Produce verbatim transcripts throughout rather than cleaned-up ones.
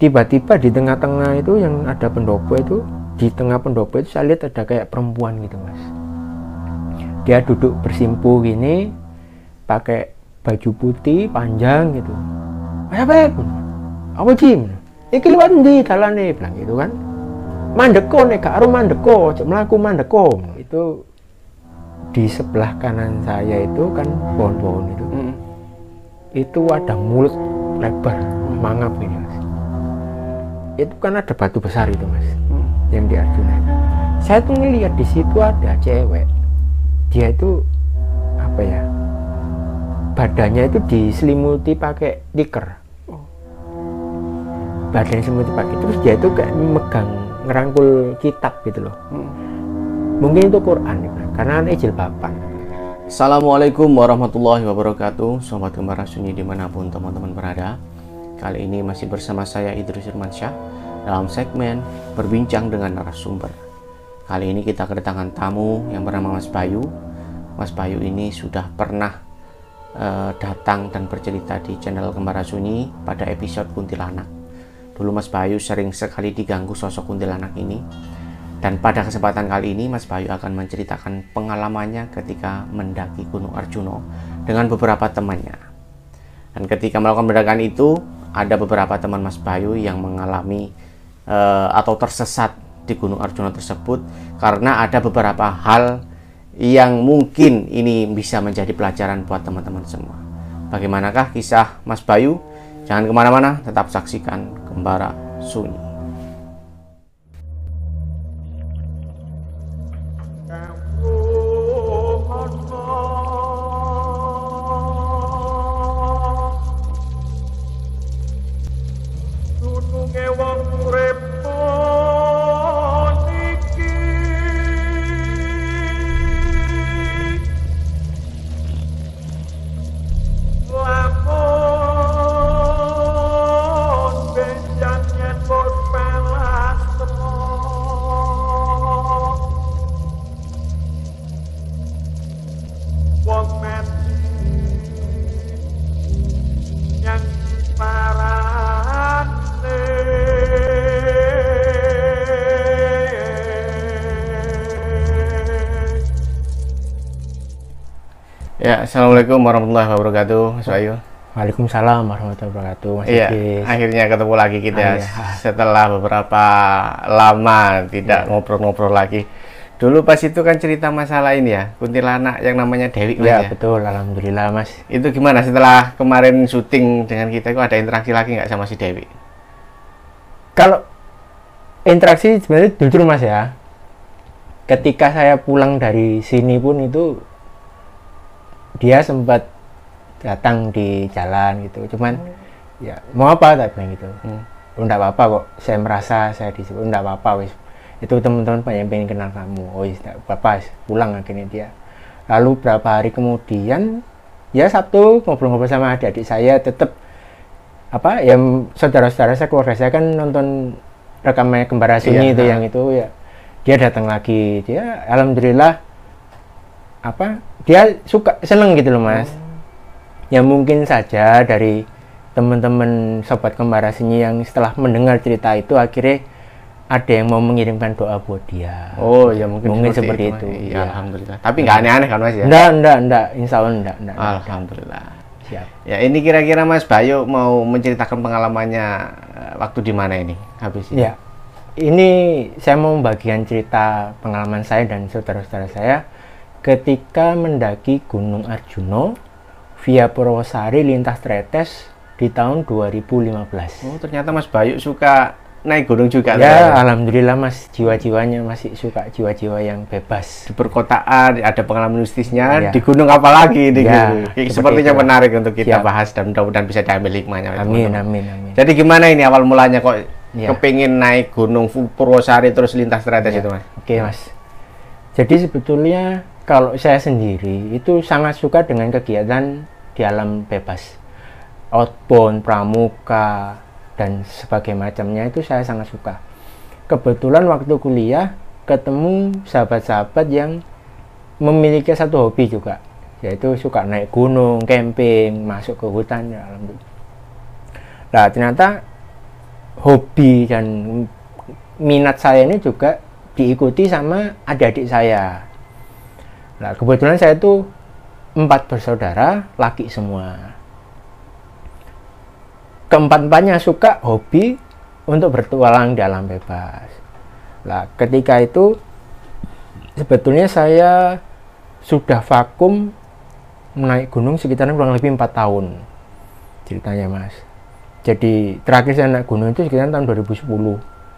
tiba-tiba di tengah-tengah itu yang ada pendopo itu, di tengah pendopo itu saya lihat ada kayak perempuan gitu mas. Dia duduk bersimpu gini, pakai baju putih panjang gitu. Apa ya? Apa Jim? Iki liwat ndi dalane bilang gitu kan. Mandeko nek gak karo mandeko, cek mlaku mandeko. Itu di sebelah kanan saya itu kan pohon-pohon itu. Hmm. Itu ada mulut lebar, mangap ini mas. Itu kan ada batu besar itu mas, hmm. yang di Arjuna. Saya tuh ngelihat di situ ada cewek. Dia itu apa ya? Badannya itu diselimuti pakai tikar. Badannya diselimuti pakai, terus dia itu kayak megang, ngerangkul kitab gitu loh. Hmm. Mungkin itu Quran ya, karena aneh jilbaban. Assalamualaikum warahmatullahi wabarakatuh. Sobat Gembara Sunyi dimanapun teman-teman berada. Kali ini masih bersama saya Idrus Irmansyah dalam segmen Berbincang dengan Narasumber. Kali ini kita kedatangan tamu yang bernama Mas Bayu. Mas Bayu ini sudah pernah uh, datang dan bercerita di channel Gembara Sunyi pada episode Kuntilanak. Dulu Mas Bayu sering sekali diganggu sosok kuntilanak ini. Dan pada kesempatan kali ini Mas Bayu akan menceritakan pengalamannya ketika mendaki Gunung Arjuna dengan beberapa temannya. Dan ketika melakukan pendakian itu, ada beberapa teman Mas Bayu yang mengalami uh, atau tersesat di Gunung Arjuna tersebut karena ada beberapa hal yang mungkin ini bisa menjadi pelajaran buat teman-teman semua. Bagaimanakah kisah Mas Bayu? Jangan kemana-mana, tetap saksikan Gembara Sunyi. Ya, assalamualaikum warahmatullahi wabarakatuh, Mas Bayu. Waalaikumsalam warahmatullahi wabarakatuh, Mas Iya, Idris. akhirnya ketemu lagi kita ah, iya. Setelah beberapa lama tidak ngobrol-ngobrol iya. lagi. Dulu pas itu kan cerita masalah ini ya, kuntilanak yang namanya Dewi. Iya, ya? Betul, alhamdulillah Mas. Itu gimana setelah kemarin syuting dengan kita itu ada interaksi lagi nggak sama si Dewi? Kalau interaksi sebenarnya jujur Mas ya, ketika saya pulang dari sini pun itu dia sempat datang di jalan gitu, cuman hmm. ya mau apa tak bilang gitu, hmm. enggak apa-apa kok, saya merasa saya disebut, enggak apa-apa wis, itu teman-teman banyak yang pengen kenal kamu, oh wis enggak apa-apa, pulang akhirnya dia. Lalu berapa hari kemudian, ya Sabtu ngobrol-ngobrol sama adik-adik saya, tetap apa ya saudara-saudara saya, keluarga saya kan nonton rekaman Gembara Sunyi iya, itu nah. yang itu ya, dia datang lagi, dia alhamdulillah apa dia suka seneng gitu loh Mas. Oh. Ya mungkin saja dari teman-teman sobat Gembara Sunyi yang setelah mendengar cerita itu akhirnya ada yang mau mengirimkan doa buat dia. Oh ya mungkin, mungkin seperti, seperti itu, itu. Ya, alhamdulillah. Tapi nggak aneh-aneh kan Mas ya? Enggak, enggak, enggak, insya Allah enggak, enggak. Alhamdulillah. Siap. Ya ini kira-kira Mas Bayu mau menceritakan pengalamannya waktu di mana ini habis ini? Ya, ini saya mau membagikan cerita pengalaman saya dan saudara-saudara saya ketika mendaki Gunung Arjuna via Purwosari lintas Tretes di tahun dua ribu lima belas. Oh, ternyata Mas Bayu suka naik gunung juga. Ya, ya? Alhamdulillah Mas, jiwa-jiwanya masih suka jiwa-jiwa yang bebas. Di perkotaan ada pengalaman mistisnya, ya. Di gunung apalagi di ya, sepertinya itu menarik untuk kita Siap. bahas dan mudah-mudahan bisa diambil hikmahnya. Amin, amin, amin. Jadi gimana ini awal mulanya kok ya. kepingin naik gunung Purwosari terus lintas Tretes ya. itu Mas? Oke Mas. Jadi sebetulnya kalau saya sendiri itu sangat suka dengan kegiatan di alam bebas, outbound, pramuka, dan sebagainya macamnya itu saya sangat suka. Kebetulan waktu kuliah ketemu sahabat-sahabat yang memiliki satu hobi juga, yaitu suka naik gunung, camping, masuk ke hutan ya alhamdulillah. Nah ternyata hobi dan minat saya ini juga diikuti sama adik-adik saya. Nah, kebetulan saya itu empat bersaudara, laki semua. Keempat-empatnya suka hobi untuk bertualang di alam bebas. Nah, ketika itu sebetulnya saya sudah vakum naik gunung sekitar kurang lebih empat tahun ceritanya, Mas. Jadi terakhir saya naik gunung itu sekitar tahun dua ribu sepuluh.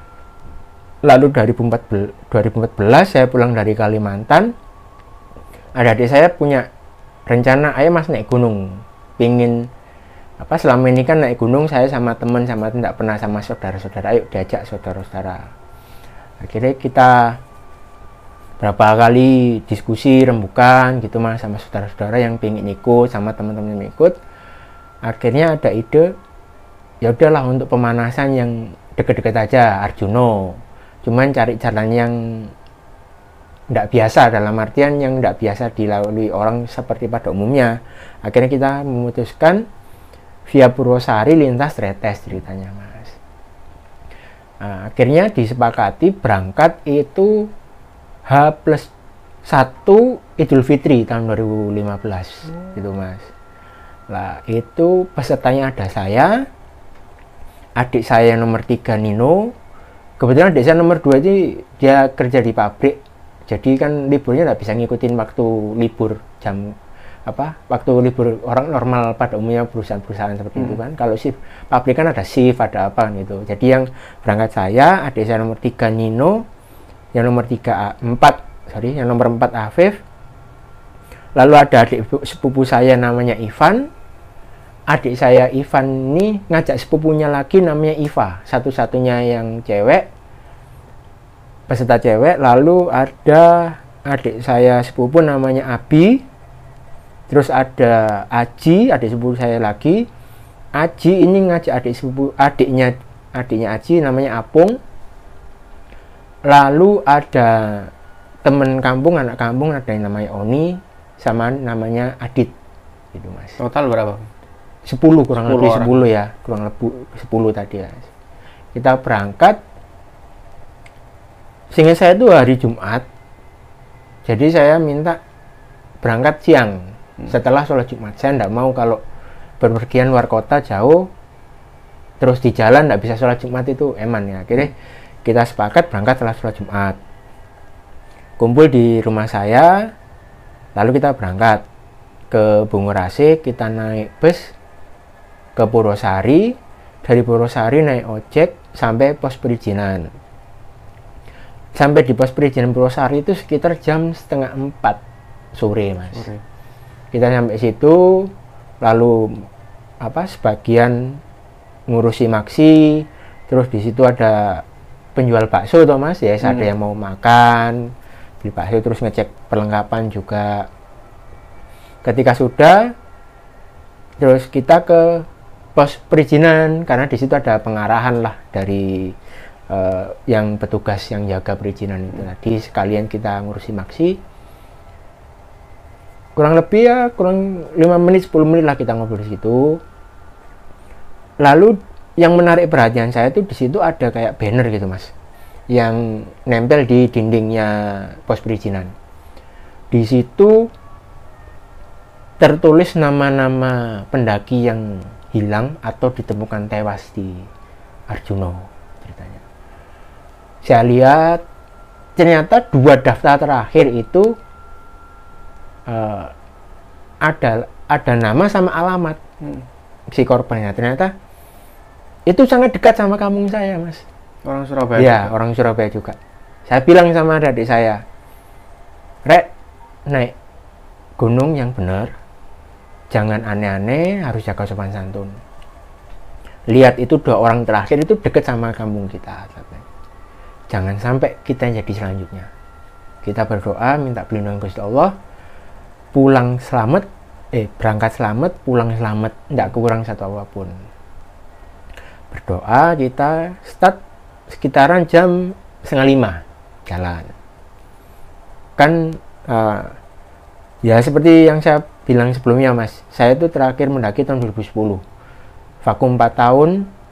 Lalu dua ribu empat belas saya pulang dari Kalimantan. Adik-adik saya punya rencana, ayo Mas naik gunung. Pingin apa, selama ini kan naik gunung saya sama teman sama tidak pernah sama saudara-saudara, ayo diajak saudara-saudara. Akhirnya kita berapa kali diskusi rembukan gitu Mas sama saudara-saudara yang pingin ikut, sama teman-teman yang ikut. Akhirnya ada ide, ya udahlah untuk pemanasan yang deket-deket aja, Arjuno. Cuman cari jalan yang tidak biasa, dalam artian yang tidak biasa dilalui orang seperti pada umumnya. Akhirnya kita memutuskan via Purwosari lintas Tretes ceritanya, Mas. Nah, akhirnya disepakati berangkat itu H plus satu Idul Fitri tahun dua ribu lima belas hmm. gitu, Mas. Lah itu pesertanya ada saya, adik saya nomor tiga Nino. Kebetulan adik saya nomor dua ini dia kerja di pabrik, jadi kan liburnya nggak bisa ngikutin waktu libur jam apa waktu libur orang normal pada umumnya perusahaan-perusahaan seperti hmm. itu kan. Kalau shift pabrik kan ada shift, ada apa gitu. Jadi yang berangkat saya, adik saya nomor tiga Nino, yang nomor tiga empat sorry yang nomor empat Afif. Lalu ada adik sepupu saya namanya Ivan. Adik saya Ivan ini ngajak sepupunya lagi namanya Iva, satu-satunya yang cewek, peserta cewek. Lalu ada adik saya sepupu namanya Abi. Terus ada Aji, adik sepupu saya lagi. Aji ini ngajak adik sepupu adiknya adiknya Aji namanya Apung. Lalu ada teman kampung, anak kampung, ada yang namanya Oni sama namanya Adit gitu, Mas. Total berapa? sepuluh kurang lebih orang. sepuluh ya, kurang lebih sepuluh tadi ya. Kita berangkat, sehingga saya itu hari Jumat, jadi saya minta berangkat siang hmm. setelah sholat Jumat. Saya tidak mau kalau berpergian luar kota jauh terus di jalan tidak bisa sholat Jumat, itu eman ya. Akhirnya kita sepakat berangkat setelah sholat Jumat, kumpul di rumah saya, lalu kita berangkat ke Bungurasi. Kita naik bus ke Purwosari, dari Purwosari naik ojek sampai pos perizinan. Sampai di pos perizinan Purwosari itu sekitar jam setengah empat sore, Mas. Sore. Kita sampai situ, lalu apa sebagian ngurusi maksi, terus di situ ada penjual bakso toh, Mas, ya, hmm. ada yang mau makan beli bakso, terus ngecek perlengkapan juga. Ketika sudah, terus kita ke pos perizinan, karena di situ ada pengarahan lah dari uh, yang petugas yang jaga perizinan itu tadi, sekalian kita ngurusi maksi. Kurang lebih ya kurang lima menit sepuluh menit lah kita ngobrol di situ. Lalu yang menarik perhatian saya tuh di situ ada kayak banner gitu, Mas, yang nempel di dindingnya pos perizinan. Di situ tertulis nama-nama pendaki yang hilang atau ditemukan tewas di Arjuno ceritanya. Saya lihat ternyata dua daftar terakhir itu uh, ada ada nama sama alamat hmm. si korbannya. Ternyata itu sangat dekat sama kampung saya, Mas. Orang Surabaya. Ya, juga. Orang Surabaya juga. Saya bilang sama adik saya, Rek, naik gunung yang benar. Jangan aneh-aneh, harus jaga sopan santun. Lihat itu dua orang terakhir itu dekat sama kampung kita. Jangan sampai kita jadi selanjutnya. Kita berdoa, minta perlindungan Gusti Allah, pulang selamat, eh berangkat selamat, pulang selamat, tidak kurang satu apapun. Berdoa, kita start sekitaran jam setengah lima jalan. Kan uh, ya seperti yang saya bilang sebelumnya, Mas, saya itu terakhir mendaki tahun dua ribu sepuluh, vakum empat tahun,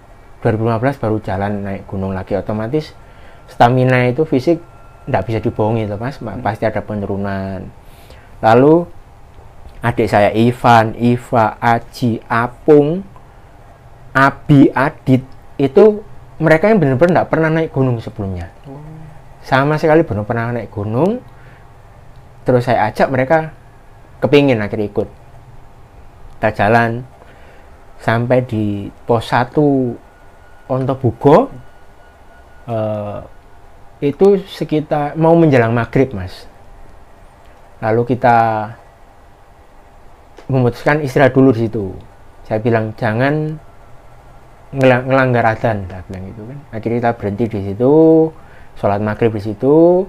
dua ribu lima belas baru jalan naik gunung lagi, otomatis stamina itu fisik nggak bisa dibohongi tuh mas, hmm. pasti ada penurunan. Lalu adik saya Ivan, Iva, Aji, Apung, Abi, Adit itu mereka yang benar-benar nggak pernah naik gunung sebelumnya, hmm. sama sekali belum pernah naik gunung. Terus saya ajak mereka, kepingin akhirnya ikut. Kita jalan sampai di pos satu Ontobugo, uh, itu sekitar mau menjelang maghrib mas. Lalu kita memutuskan istirahat dulu di situ. Saya bilang jangan ngelang ngelanggar adzan, saya bilang gitu kan. Akhirnya kita berhenti di situ, sholat maghrib di situ.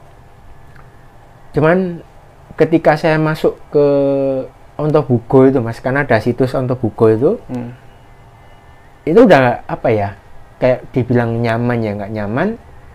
Cuman ketika saya masuk ke Ontobugo itu mas, karena ada situs Ontobugo itu, hmm. itu udah apa ya, kayak dibilang nyaman ya nggak nyaman.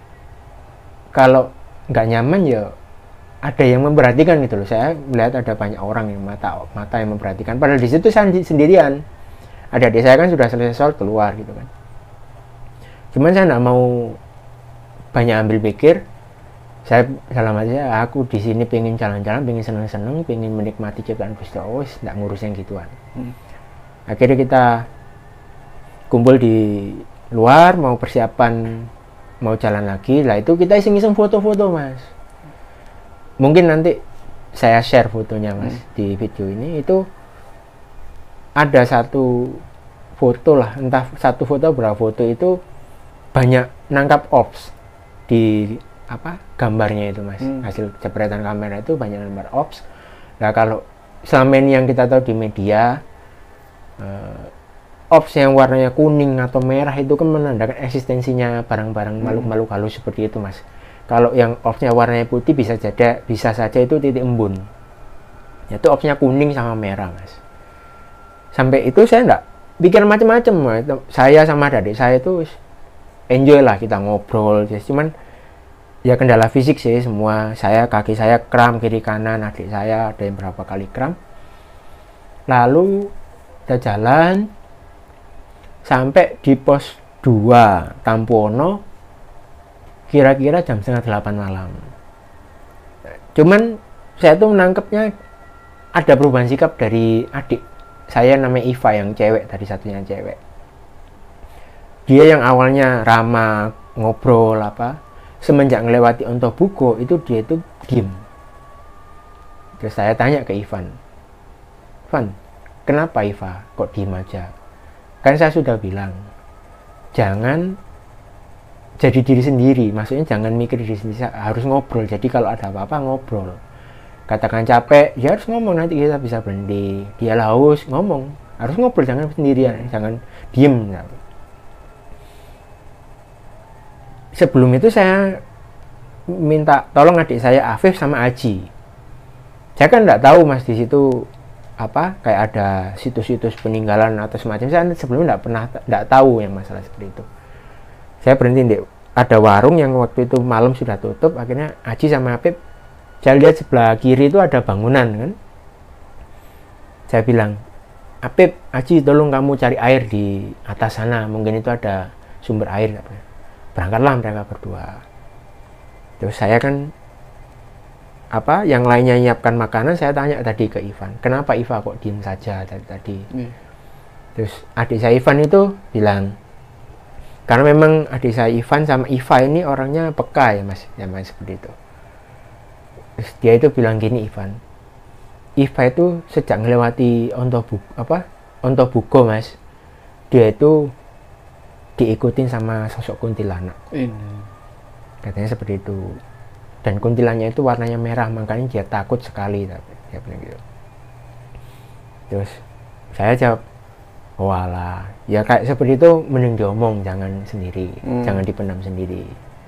Kalau nggak nyaman ya ada yang memperhatikan gitu loh. Saya melihat ada banyak orang yang mata mata yang memperhatikan. Padahal di situ saya sendirian. Ada adik saya kan sudah selesai sholat keluar gitu kan. Cuman saya nggak mau banyak ambil pikir. Saya dalam hati saya, aku di sini pengen jalan-jalan, pengen seneng-seneng, pengen menikmati ciptaan Gusti Allah, nggak ngurus yang gituan. Hmm. Akhirnya kita kumpul di luar, mau persiapan, mau jalan lagi. Lah itu kita iseng-iseng foto-foto mas. Mungkin nanti saya share fotonya mas hmm. di video ini. Itu ada satu foto lah, entah satu foto berapa foto itu banyak nangkap ops di apa gambarnya itu mas, hmm. hasil jepretan kamera itu banyak gambar ops. Nah kalau selama ini yang kita tahu di media, uh, ops yang warnanya kuning atau merah itu kan menandakan eksistensinya barang-barang hmm. makhluk-makhluk halus seperti itu mas. Kalau yang opsnya warnanya putih bisa saja bisa saja itu titik embun, itu opsnya kuning sama merah mas. Sampai itu saya enggak pikir macam-macam. Saya sama adik saya itu enjoy lah, kita ngobrol. Cuman ya kendala fisik sih semua. Saya kaki saya kram kiri kanan, adik saya ada yang berapa kali kram. Lalu kita jalan sampai di pos dua Tampuono kira-kira jam setengah delapan malam. Cuman saya tuh menangkapnya ada perubahan sikap dari adik saya namanya Iva yang cewek, tadi satunya cewek. Dia yang awalnya ramah, ngobrol apa, semenjak melewati Ontobugo itu dia itu diem. Terus saya tanya ke Ivan, Ivan, kenapa Iva kok diem aja? Kan saya sudah bilang, jangan jadi diri sendiri, maksudnya jangan mikir diri sendiri, harus ngobrol. Jadi kalau ada apa-apa ngobrol. Katakan capek, ya harus ngomong, nanti kita bisa berhenti. Dia haus, ngomong. Harus ngobrol, jangan sendirian, jangan diem. Sebelum itu saya minta tolong adik saya Afif sama Aji. Saya kan nggak tahu mas di situ apa kayak ada situs-situs peninggalan atau semacam. Saya sebelumnya nggak pernah nggak tahu yang masalah seperti itu. Saya berhenti deh. Ada warung yang waktu itu malam sudah tutup. Akhirnya Aji sama Afif, saya lihat sebelah kiri itu ada bangunan kan. Saya bilang, Apip, Aji tolong kamu cari air di atas sana, mungkin itu ada sumber air. Berangkatlah mereka berdua. Terus saya kan apa yang lainnya nyiapkan makanan, saya tanya tadi ke Ivan, kenapa Iva kok diem saja tadi tadi. Hmm. Terus adik saya Ivan itu bilang, karena memang adik saya Ivan sama Iva ini orangnya peka ya mas, ya mas seperti itu. Terus dia itu bilang gini Ivan, Iva itu sejak melewati Ontobugo apa Ontobugo mas, dia itu diikutin sama sosok kuntilanak. Ini. Katanya seperti itu. Dan kuntilannya itu warnanya merah, makanya dia takut sekali. Dia bilang gitu. Terus saya jawab, walah, ya kayak seperti itu mending diomong, jangan sendiri, hmm. jangan dipendam sendiri.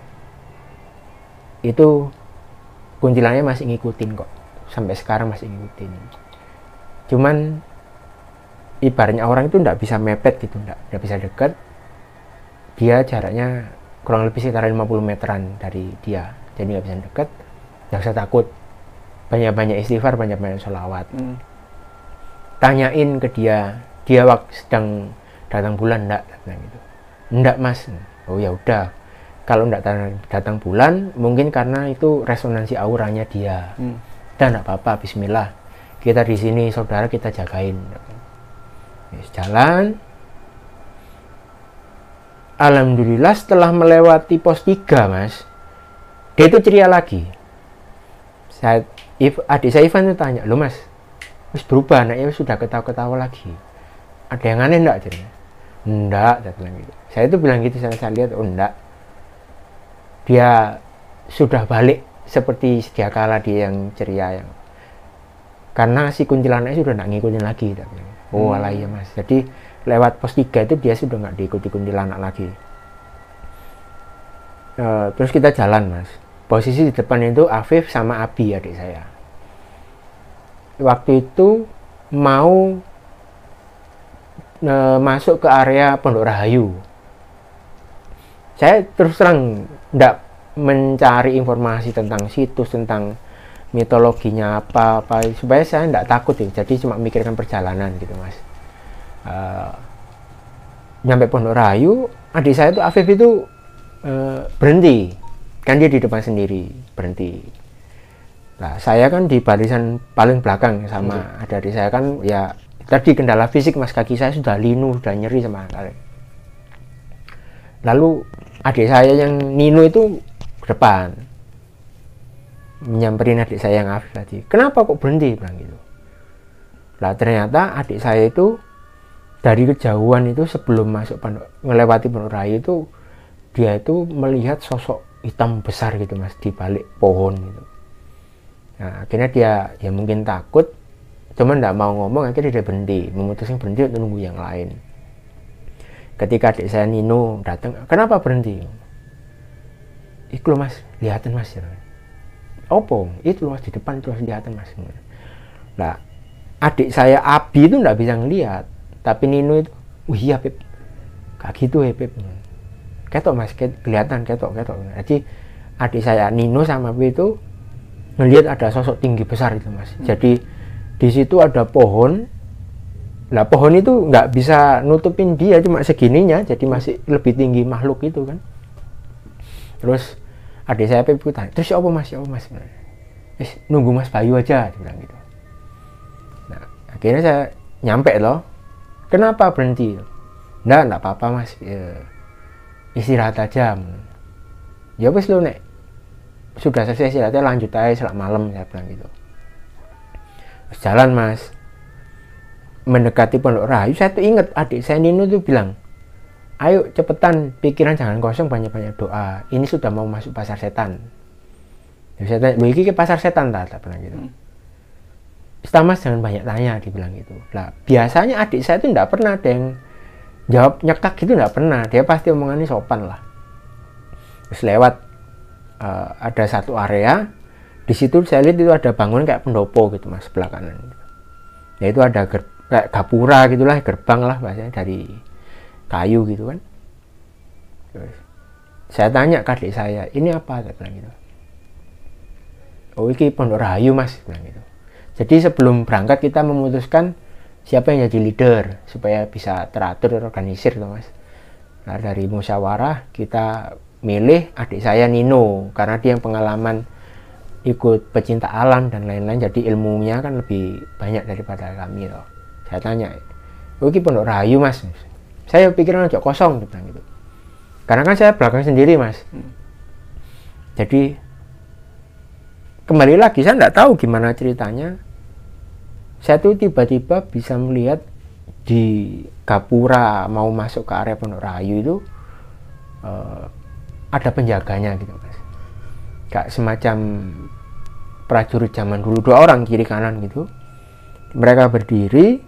Itu kuntilannya masih ngikutin kok, sampai sekarang masih ngikutin. Cuman ibaratnya orang itu nggak bisa mepet gitu, nggak bisa deket. Dia jaraknya kurang lebih sekitar lima puluh meteran dari dia, jadi nggak bisa deket. Nggak usah takut, banyak-banyak istighfar, banyak-banyak sholawat. Hmm. Tanyain ke dia, dia waktu sedang datang bulan enggak, gitu. Enggak mas. Oh ya udah, kalau enggak datang, datang bulan mungkin karena itu resonansi auranya dia. Hmm. Dan enggak apa-apa, bismillah, kita di sini saudara, kita jagain. Yes, jalan. Alhamdulillah setelah melewati pos tiga mas, dia itu ceria lagi. Saya, if, adik saya Ivan itu tanya, lo mas, wis berubah, anaknya sudah ketawa-ketawa lagi, ada yang aneh enggak? Jadi enggak, saya bilang gitu. Saya itu bilang gitu, saya, saya lihat, oh enggak, dia sudah balik seperti sedia kala dia yang ceria, yang karena si kuntilanaknya sudah enggak ngikutin lagi. Oh alah iya mas, jadi lewat pos tiga itu dia sudah nggak diikuti kuntilanak lagi. Uh, terus kita jalan mas, posisi di depan itu Afif sama Abi adik saya. Waktu itu mau uh, masuk ke area Pondok Rahayu. Saya terus terang nggak mencari informasi tentang situs, tentang mitologinya apa apa supaya saya nggak takut ya. Jadi cuma mikirkan perjalanan gitu mas. Uh, nyampe Pondok Rahayu, adik saya itu Afif itu uh, berhenti, kan dia di depan sendiri berhenti. Nah saya kan di barisan paling belakang sama hmm. ada adik saya kan ya tadi kendala fisik mas, kaki saya sudah linu, sudah nyeri sama sekali. Lalu adik saya yang Nino itu ke depan nyamperin adik saya yang Afif tadi, kenapa kok berhenti, bilang gitu. Lah ternyata adik saya itu dari kejauhan itu sebelum masuk pondok, ngelewati Pondok Rahayu itu dia itu melihat sosok hitam besar gitu mas di balik pohon gitu. Nah akhirnya dia ya mungkin takut, cuman nggak mau ngomong, akhirnya dia berhenti, memutuskan berhenti untuk nunggu yang lain. Ketika adik saya Nino datang, kenapa berhenti? Iku loh mas, lihatan mas. Opo? Itu loh mas di depan itu harus lihatan mas. Nah adik saya Abi itu nggak bisa ngelihat. Tapi Nino itu, wih iya Pip, kayak gitu ya Pip, ketok mas, kelihatan ketok ketok. Jadi adik saya Nino sama Pip itu ngelihat ada sosok tinggi besar itu mas. Hmm. Jadi di situ ada pohon, lah pohon itu nggak bisa nutupin dia, cuma segininya, jadi masih lebih tinggi makhluk itu kan. Terus adik saya Pip tanya, terus apa mas, apa mas? Eh, nunggu Mas Bayu aja, dia bilang gitu. Nah akhirnya saya nyampe loh. Kenapa berhenti? Nggak, nggak apa-apa mas, ya, istirahat aja. Ya wes lo nek sudah selesai istirahatnya lanjut aja selama malam, saya bilang gitu. Terus jalan mas, mendekati Pondok Rahayu, saya tuh inget adik saya Nino tuh bilang, ayo cepetan, pikiran jangan kosong, banyak-banyak doa, ini sudah mau masuk pasar setan. Jadi saya tanya, ini ke pasar setan tak? Tak bilang gitu. Setelah mas jangan banyak tanya, dibilang gitu. Lah biasanya adik saya itu nggak pernah ada yang jawab nyekak gitu, nggak pernah. Dia pasti omongannya sopan lah. Terus lewat uh, ada satu area, di situ saya lihat itu ada bangunan kayak pendopo gitu mas, sebelah kanan. Ya itu ada ger kayak gapura gitulah, gerbang lah bahasanya dari kayu gitu kan. Terus saya tanya ke adik saya, ini apa? Saya bilang gitu. Oh ini Pondok Rahayu mas, bilang gitu. Jadi sebelum berangkat kita memutuskan siapa yang jadi leader supaya bisa teratur, organisir tuh mas. Nah dari musyawarah kita milih adik saya Nino karena dia yang pengalaman ikut pecinta alam dan lain-lain, jadi ilmunya kan lebih banyak daripada kami loh. Saya tanya, oh ini Pondok Rahayu mas, saya pikiran aja kosong gitu. Karena kan saya belakang sendiri mas. Jadi kembali lagi saya nggak tahu gimana ceritanya, saya tuh tiba-tiba bisa melihat di gapura mau masuk ke area Pondok Rahayu itu uh, ada penjaganya gitu mas, kayak semacam prajurit zaman dulu, dua orang kiri kanan gitu. Mereka berdiri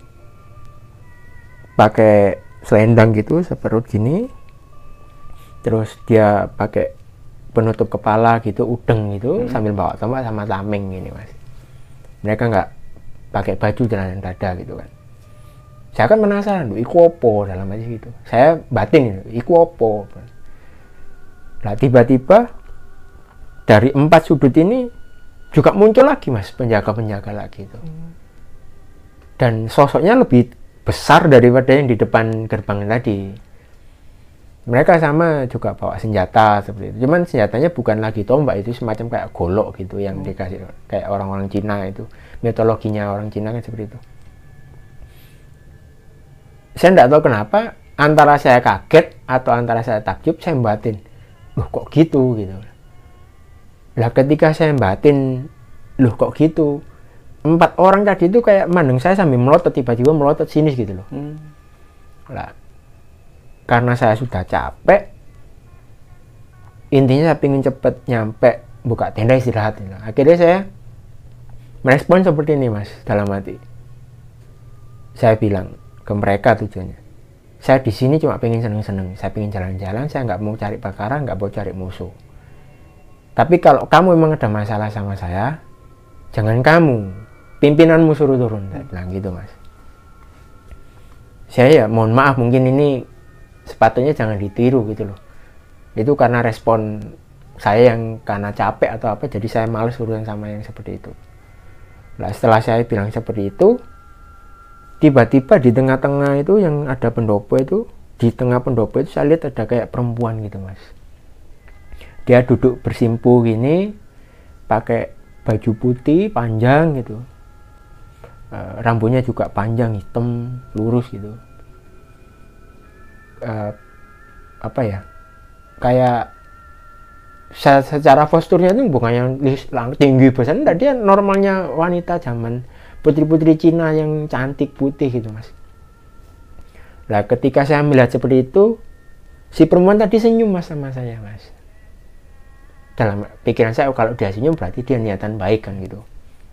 pakai selendang gitu seperut gini, terus dia pakai penutup kepala gitu, udeng gitu, hmm. sambil bawa tombak sama tameng gini mas. Mereka nggak pakai baju dan dada gitu kan. Saya kan penasaran, iku opo dalam aja gitu. Saya batin, iku opo. Nah tiba-tiba dari empat sudut ini juga muncul lagi mas, penjaga-penjaga lagi itu. Hmm. Dan sosoknya lebih besar daripada yang di depan gerbang tadi. Mereka sama juga bawa senjata seperti itu. Cuman senjatanya bukan lagi tombak, itu semacam kayak golok gitu yang dikasih kayak orang-orang Cina itu. Mitologinya orang Cina kan seperti itu. Saya tidak tahu kenapa antara saya kaget atau antara saya takjub, saya batin, loh kok gitu gitu. Lah ketika saya batin, loh kok gitu, empat orang tadi itu kayak mandang saya sambil melotot, tiba-tiba melotot sinis gitu loh. Hmm. Lah karena saya sudah capek, intinya saya ingin cepet nyampe buka tenda istirahat gitu. Akhirnya saya merespon seperti ini mas, dalam hati saya bilang ke mereka tujuannya, saya di sini cuma pengen seneng-seneng, saya pengen jalan-jalan, saya nggak mau cari perkara, nggak mau cari musuh. Tapi kalau kamu memang ada masalah sama saya, jangan kamu, pimpinanmu suruh turun. Saya bilang gitu mas. Saya ya mohon maaf, mungkin ini sepatutnya jangan ditiru gitu loh. Itu karena respon saya yang karena capek atau apa, jadi saya males urusan sama yang seperti itu. Nah setelah saya bilang seperti itu, tiba-tiba di tengah-tengah itu yang ada pendopo itu, di tengah pendopo itu saya lihat ada kayak perempuan gitu mas. Dia duduk bersimpu gini, pakai baju putih panjang gitu, e, rambutnya juga panjang hitam lurus gitu. Uh, apa ya, kayak secara posturnya itu bukan yang tinggi besar, enggak, dia normalnya wanita zaman putri-putri Cina yang cantik putih gitu mas. Nah ketika saya melihat seperti itu, si perempuan tadi senyum mas sama saya mas. Dalam pikiran saya, oh, kalau dia senyum berarti dia niatan baik kan gitu.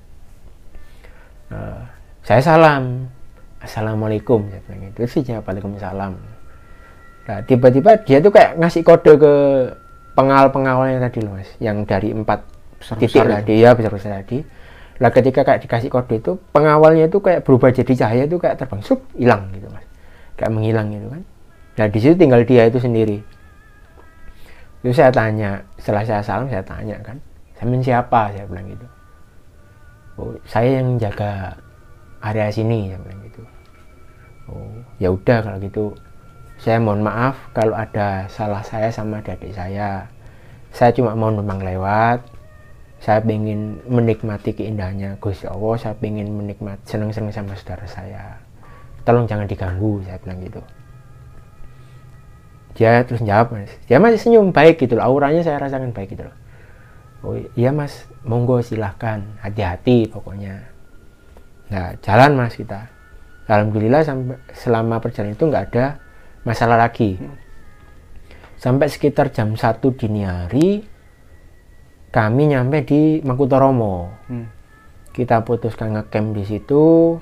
Uh, saya salam, assalamualaikum, saya bilang itu sih, waalaikumsalam. Nah, tiba-tiba dia tuh kayak ngasih kode ke pengawal-pengawalnya tadi loh mas, yang dari empat titik tadi ya, besar-besar tadi. Lah ketika kayak dikasih kode itu, pengawalnya itu kayak berubah jadi cahaya itu kayak terbang, sup, hilang gitu mas, kayak menghilang gitu kan. Nah di situ tinggal dia itu sendiri. Terus saya tanya, setelah saya salam saya tanya kan, saya siapa, saya bilang gitu. Oh saya yang jaga area sini, saya bilang gitu. Oh ya udah kalau gitu. Saya mohon maaf kalau ada salah saya sama adik saya. Saya cuma mau numpang lewat. Saya ingin menikmati keindahannya Gusti Allah. Saya ingin menikmati, senang-senang sama saudara saya. Tolong jangan diganggu, saya bilang gitu. Dia terus jawab mas. Dia masih senyum baik gitu loh. Auranya saya rasakan baik gitu loh. Oh iya mas, monggo silahkan. Hati-hati pokoknya. Nah jalan mas kita. Alhamdulillah sampai selama perjalanan itu nggak ada masalah lagi. Sampai sekitar jam satu dini hari kami nyampe di Makutoromo. Hmm. Kita putuskan ngecamp di situ.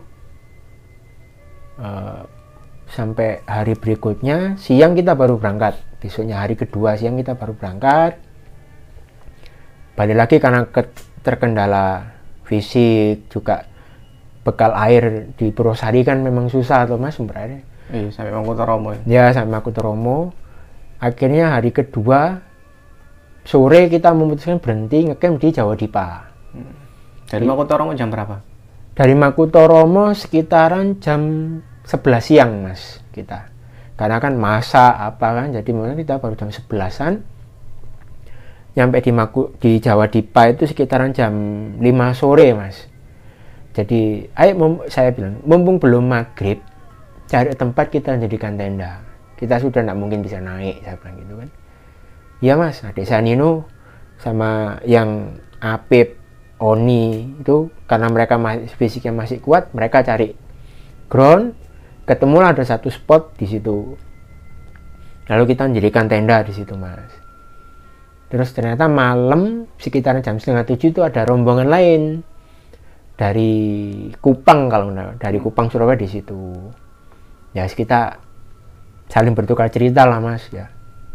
Uh, sampai hari berikutnya siang kita baru berangkat. Besoknya hari kedua siang kita baru berangkat. Balik lagi karena terkendala fisik juga, bekal air di Purwosari kan memang susah tuh mas sumber airnya. Iya, sampai Makutoromo ya? Ya, sampai Makutoromo. Akhirnya hari kedua sore kita memutuskan berhenti ngecamp di Jawa Dipa. Hmm. Dari Makutoromo jam berapa? Dari Makutoromo sekitaran jam sebelas siang mas kita. Karena kan masa apa kan, jadi mulai kita baru jam sebelasan. Nyampe di Maku, di Jawa Dipa itu sekitaran jam lima sore mas. Jadi, ayo saya bilang, mumpung belum maghrib, cari tempat kita jadikan tenda. Kita sudah tidak mungkin bisa naik, saya bilang gitu kan. Iya mas, adik saya Nino sama yang Apip, Oni itu karena mereka masih, fisiknya masih kuat, mereka cari ground, ketemulah ada satu spot di situ. Lalu kita jadikan tenda di situ mas. Terus ternyata malam sekitar jam setengah tujuh itu ada rombongan lain dari Kupang, kalau enggak, dari Kupang Surabaya di situ. Ya kita saling bertukar cerita lah mas ya.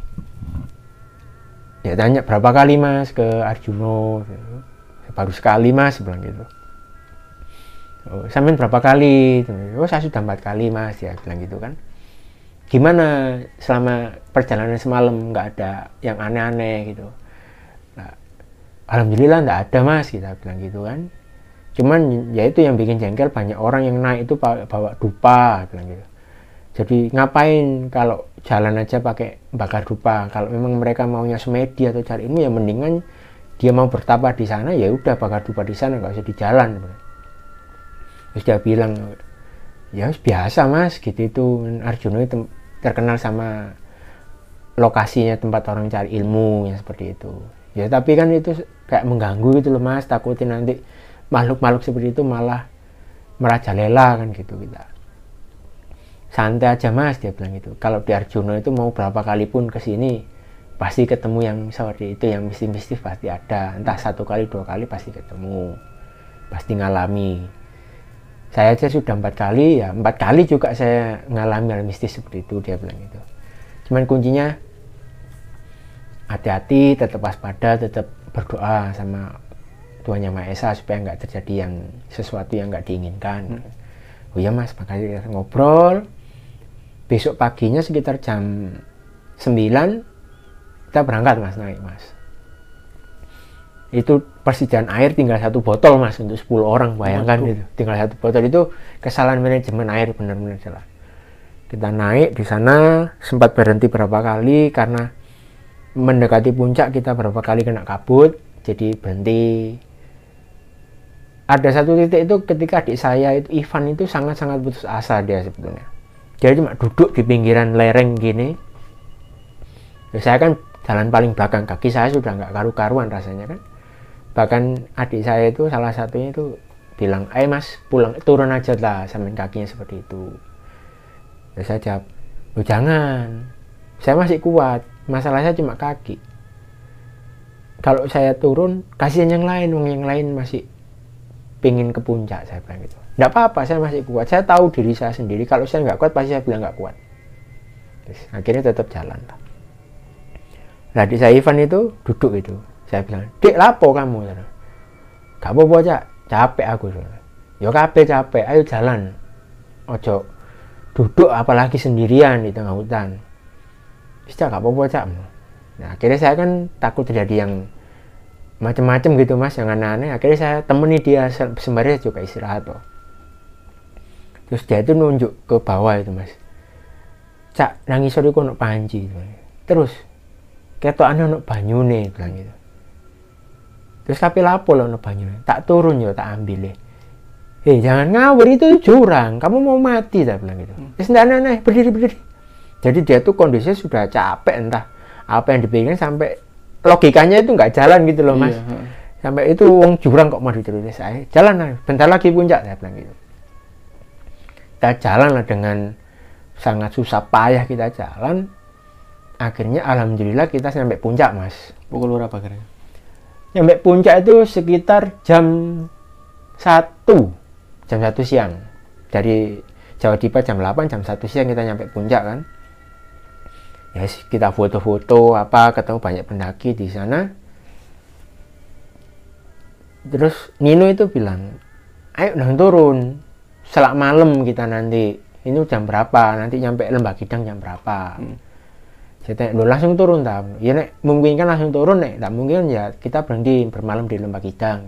Ya tanya berapa kali mas ke Arjuno, baru sekali mas bilang gitu. Oh, sampean berapa kali? Oh saya sudah empat kali mas ya bilang gitu kan. Gimana selama perjalanan semalam, nggak ada yang aneh-aneh gitu? Nah, alhamdulillah nggak ada mas, kita bilang gitu kan. Cuman ya itu yang bikin jengkel, banyak orang yang naik itu bawa dupa bilang gitu. Jadi ngapain kalau jalan aja pakai bakar dupa? Kalau memang mereka maunya semedi atau cari ilmu, ya mendingan dia mau bertapa di sana, ya udah bakar dupa di sana, nggak usah di jalan. Terus dia bilang, ya biasa mas, gitu itu Arjuna itu terkenal sama lokasinya tempat orang cari ilmu yang seperti itu. Ya tapi kan itu kayak mengganggu gitu loh mas, takutin nanti makhluk-makhluk seperti itu malah merajalela kan gitu kita. Santai aja mas, dia bilang gitu. Kalau di Arjuna itu mau berapa kali pun kesini pasti ketemu yang seperti itu, yang mistis-mistis pasti ada. Entah satu kali dua kali pasti ketemu, pasti ngalami. Saya aja sudah empat kali, ya empat kali juga saya ngalami hal mistis seperti itu, dia bilang gitu. Cuman kuncinya hati-hati, tetap waspada, tetap berdoa sama Tuhan Yang Maha Esa supaya nggak terjadi yang sesuatu yang nggak diinginkan. Oh ya mas, makanya kita ngobrol. Besok paginya sekitar jam sembilan kita berangkat mas, naik mas. Itu persediaan air tinggal satu botol mas untuk sepuluh orang, bayangkan. Waduh. Itu tinggal satu botol, itu kesalahan manajemen air, benar-benar salah. Kita naik di sana, sempat berhenti berapa kali karena mendekati puncak kita berapa kali kena kabut, jadi berhenti. Ada satu titik itu ketika adik saya itu Ivan itu sangat-sangat putus asa dia sebetulnya. Dia cuma duduk di pinggiran lereng gini. Ya, saya kan jalan paling belakang, kaki saya sudah nggak karu-karuan rasanya kan. Bahkan adik saya itu salah satunya itu bilang, "Eh mas, pulang turun aja lah, sampein kakinya seperti itu." Ya, saya jawab, "Oh jangan, saya masih kuat. Masalahnya cuma kaki. Kalau saya turun, kasihan yang lain, yang lain masih pingin ke puncak," saya bilang gitu. "Nggak apa-apa, saya masih kuat. Saya tahu diri saya sendiri. Kalau saya nggak kuat, pasti saya bilang nggak kuat." Terus, akhirnya tetap jalan lah. Nah, di saya Ivan itu duduk itu. Saya bilang, "Dek, lapo kamu?" "Gak apa-apa, Cak. Capek aku." "Ya kabeh capek. Ayo jalan. Ojo duduk apalagi sendirian di tengah hutan." "Bisa, gak apa-apa, Cak." Nah, akhirnya saya kan takut terjadi yang macam-macam gitu mas, yang aneh-aneh. Akhirnya saya temani dia sembari juga istirahat loh. Terus dia itu nunjuk ke bawah itu mas, "Cak, nangis sorry kok nuk panci." Terus ketokane nuk banyune, bilang gitu. Terus tapi lapo loh nuk banyune, "Tak turun yo, tak ambil deh." "Hei jangan ngawur, itu jurang, kamu mau mati," tak bilang gitu. "Terus aneh-aneh, berdiri berdiri." Jadi dia tuh kondisinya sudah capek, entah apa yang dipikirkan sampai logikanya itu nggak jalan gitu loh mas. Iya. Sampai itu wong jurang kok mau diturunin, saya jalan lah, bentar lagi puncak, saya bilang gitu. Kita jalan lah dengan sangat susah payah kita jalan. Akhirnya alhamdulillah kita sampai puncak mas. Pukul berapa kira? Sampai puncak itu sekitar jam satu, jam satu siang. Dari Jawa Dipa jam delapan, jam satu siang kita nyampe puncak kan. Ya yes, kita foto-foto apa, ketemu banyak pendaki di sana. Terus Nino itu bilang, "Ayo udah turun, selak malam kita nanti. Ini jam berapa? Nanti nyampe Lembah Kidang jam berapa?" Hmm. Saya tanya, "Lo langsung turun tak?" "Ya nek mungkin kan langsung turun, nek tak mungkin ya kita berhenti bermalam di Lembah Kidang."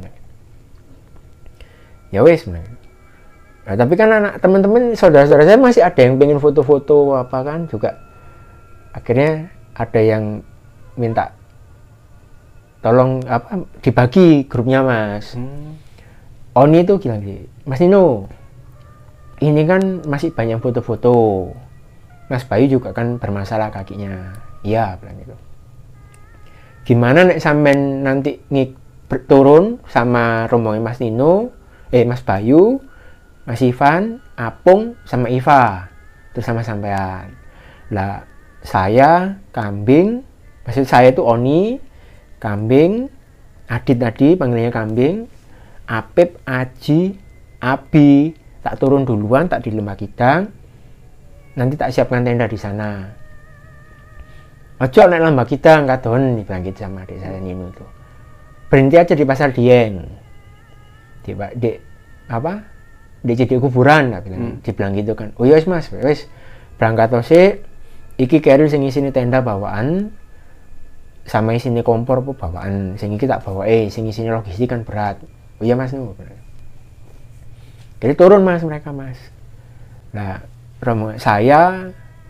Ya wes, nah, tapi kan anak teman-teman saudara-saudara saya masih ada yang pengen foto-foto apa kan juga. Akhirnya ada yang minta tolong apa dibagi grupnya mas. Hmm. Oni itu bilang sih, "Mas Nino, ini kan masih banyak foto-foto. Mas Bayu juga kan bermasalah kakinya." "Iya," bilang gitu. "Gimana nek sampean nanti ngik turun sama rombongan Mas Nino, eh Mas Bayu, Mas Ivan, Apung sama Iva, terus sama sampean. Lah saya, Kambing, maksud saya itu Oni, Kambing, Adit tadi panggilnya Kambing, Apip, Aji, Abi, tak turun duluan, tak di Lembah Kidang, nanti tak siapkan tenda di sana. Ojo nek Lembah Kidang kadon," dibilang gitu sama adik saya Nino itu. "Berhenti aja di Pasar Dieng, di, di apa, di jadi kuburan," tak bilang, hmm. dibilang gitu kan. "Oh yes mas, wes berangkat sih. Iki carrier sing isine tenda bawaan sama isine kompor apa bawaan, sing iki tak bawa, eh sing isine logistik kan berat." "Oh iya mas." "Nu." Jadi turun mas mereka mas. Nah rombongan saya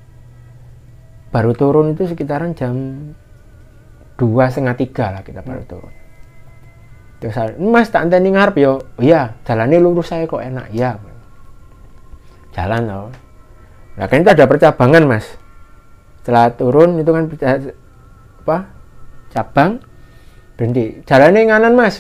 baru turun itu sekitaran jam dua setengah tiga lah kita baru turun. Terus Mas tak anteni ngarep yo. Iya, jalannya lurus saya kok enak. Iya. Jalan loh. Nah kan itu ada percabangan Mas. Setelah turun itu kan apa? Cabang berhenti. Jalannya nganan Mas.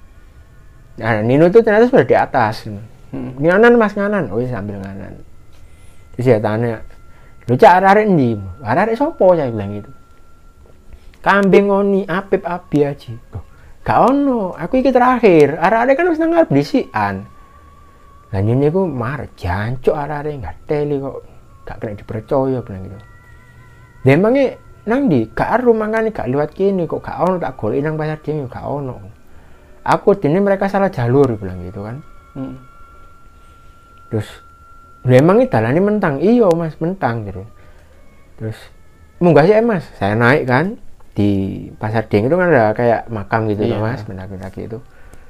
Nah Nino itu ternyata sudah di atas. Hmm. Nganan Mas nganan. Oh iya sambil nganan. Terus dia tanya, lu cak arek ndi? Arek sopo saya bilang gitu. Kambing oni Apip Abi aja. Oh, gak ono, aku iki terakhir. Arek-arek kan wis nang ngarep disikan. Lah nyene ku marah jancuk arek-arek gak teli kok gak kena dipercaya bilang gitu. Lah emangnya nang ndi? Gak aru mangane gak liwat kene kok gak ono tak goleki nang pasar dhewe gak ono. Aku dene mereka salah jalur bilang gitu kan. Hmm. Terus lha emangnya dalane mentang? Iya Mas, mentang gitu. Terus munggah sih Mas, saya naik kan. Di pasar Deng itu kan ada kayak makam gitu iya. Mas, mendaki-daki itu.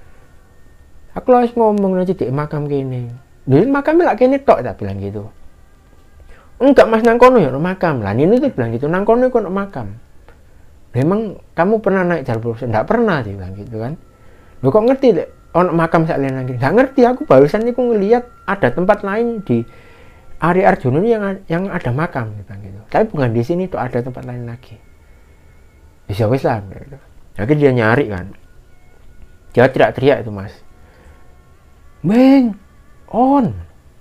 Aku harus ngomong nanti di makam gini. Jadi makamnya lagi kene tok tak bilang gitu. Enggak Mas nang kono ya no makam. Lah Nino tuh bilang gitu, nang kono iku no makam. Memang kamu pernah naik jalur lurus? Enggak pernah dia bilang gitu kan. Lo kok ngerti deh ono makam sak liyan nang kene? Enggak ngerti, aku barusan iku ngelihat ada tempat lain di Ari Arjuna yang yang ada makam gitu. Tapi bukan di sini tuh ada tempat lain lagi. Bisa wis lah gitu. Akhirnya dia nyari kan. Dia teriak-teriak itu Mas. Beng, on.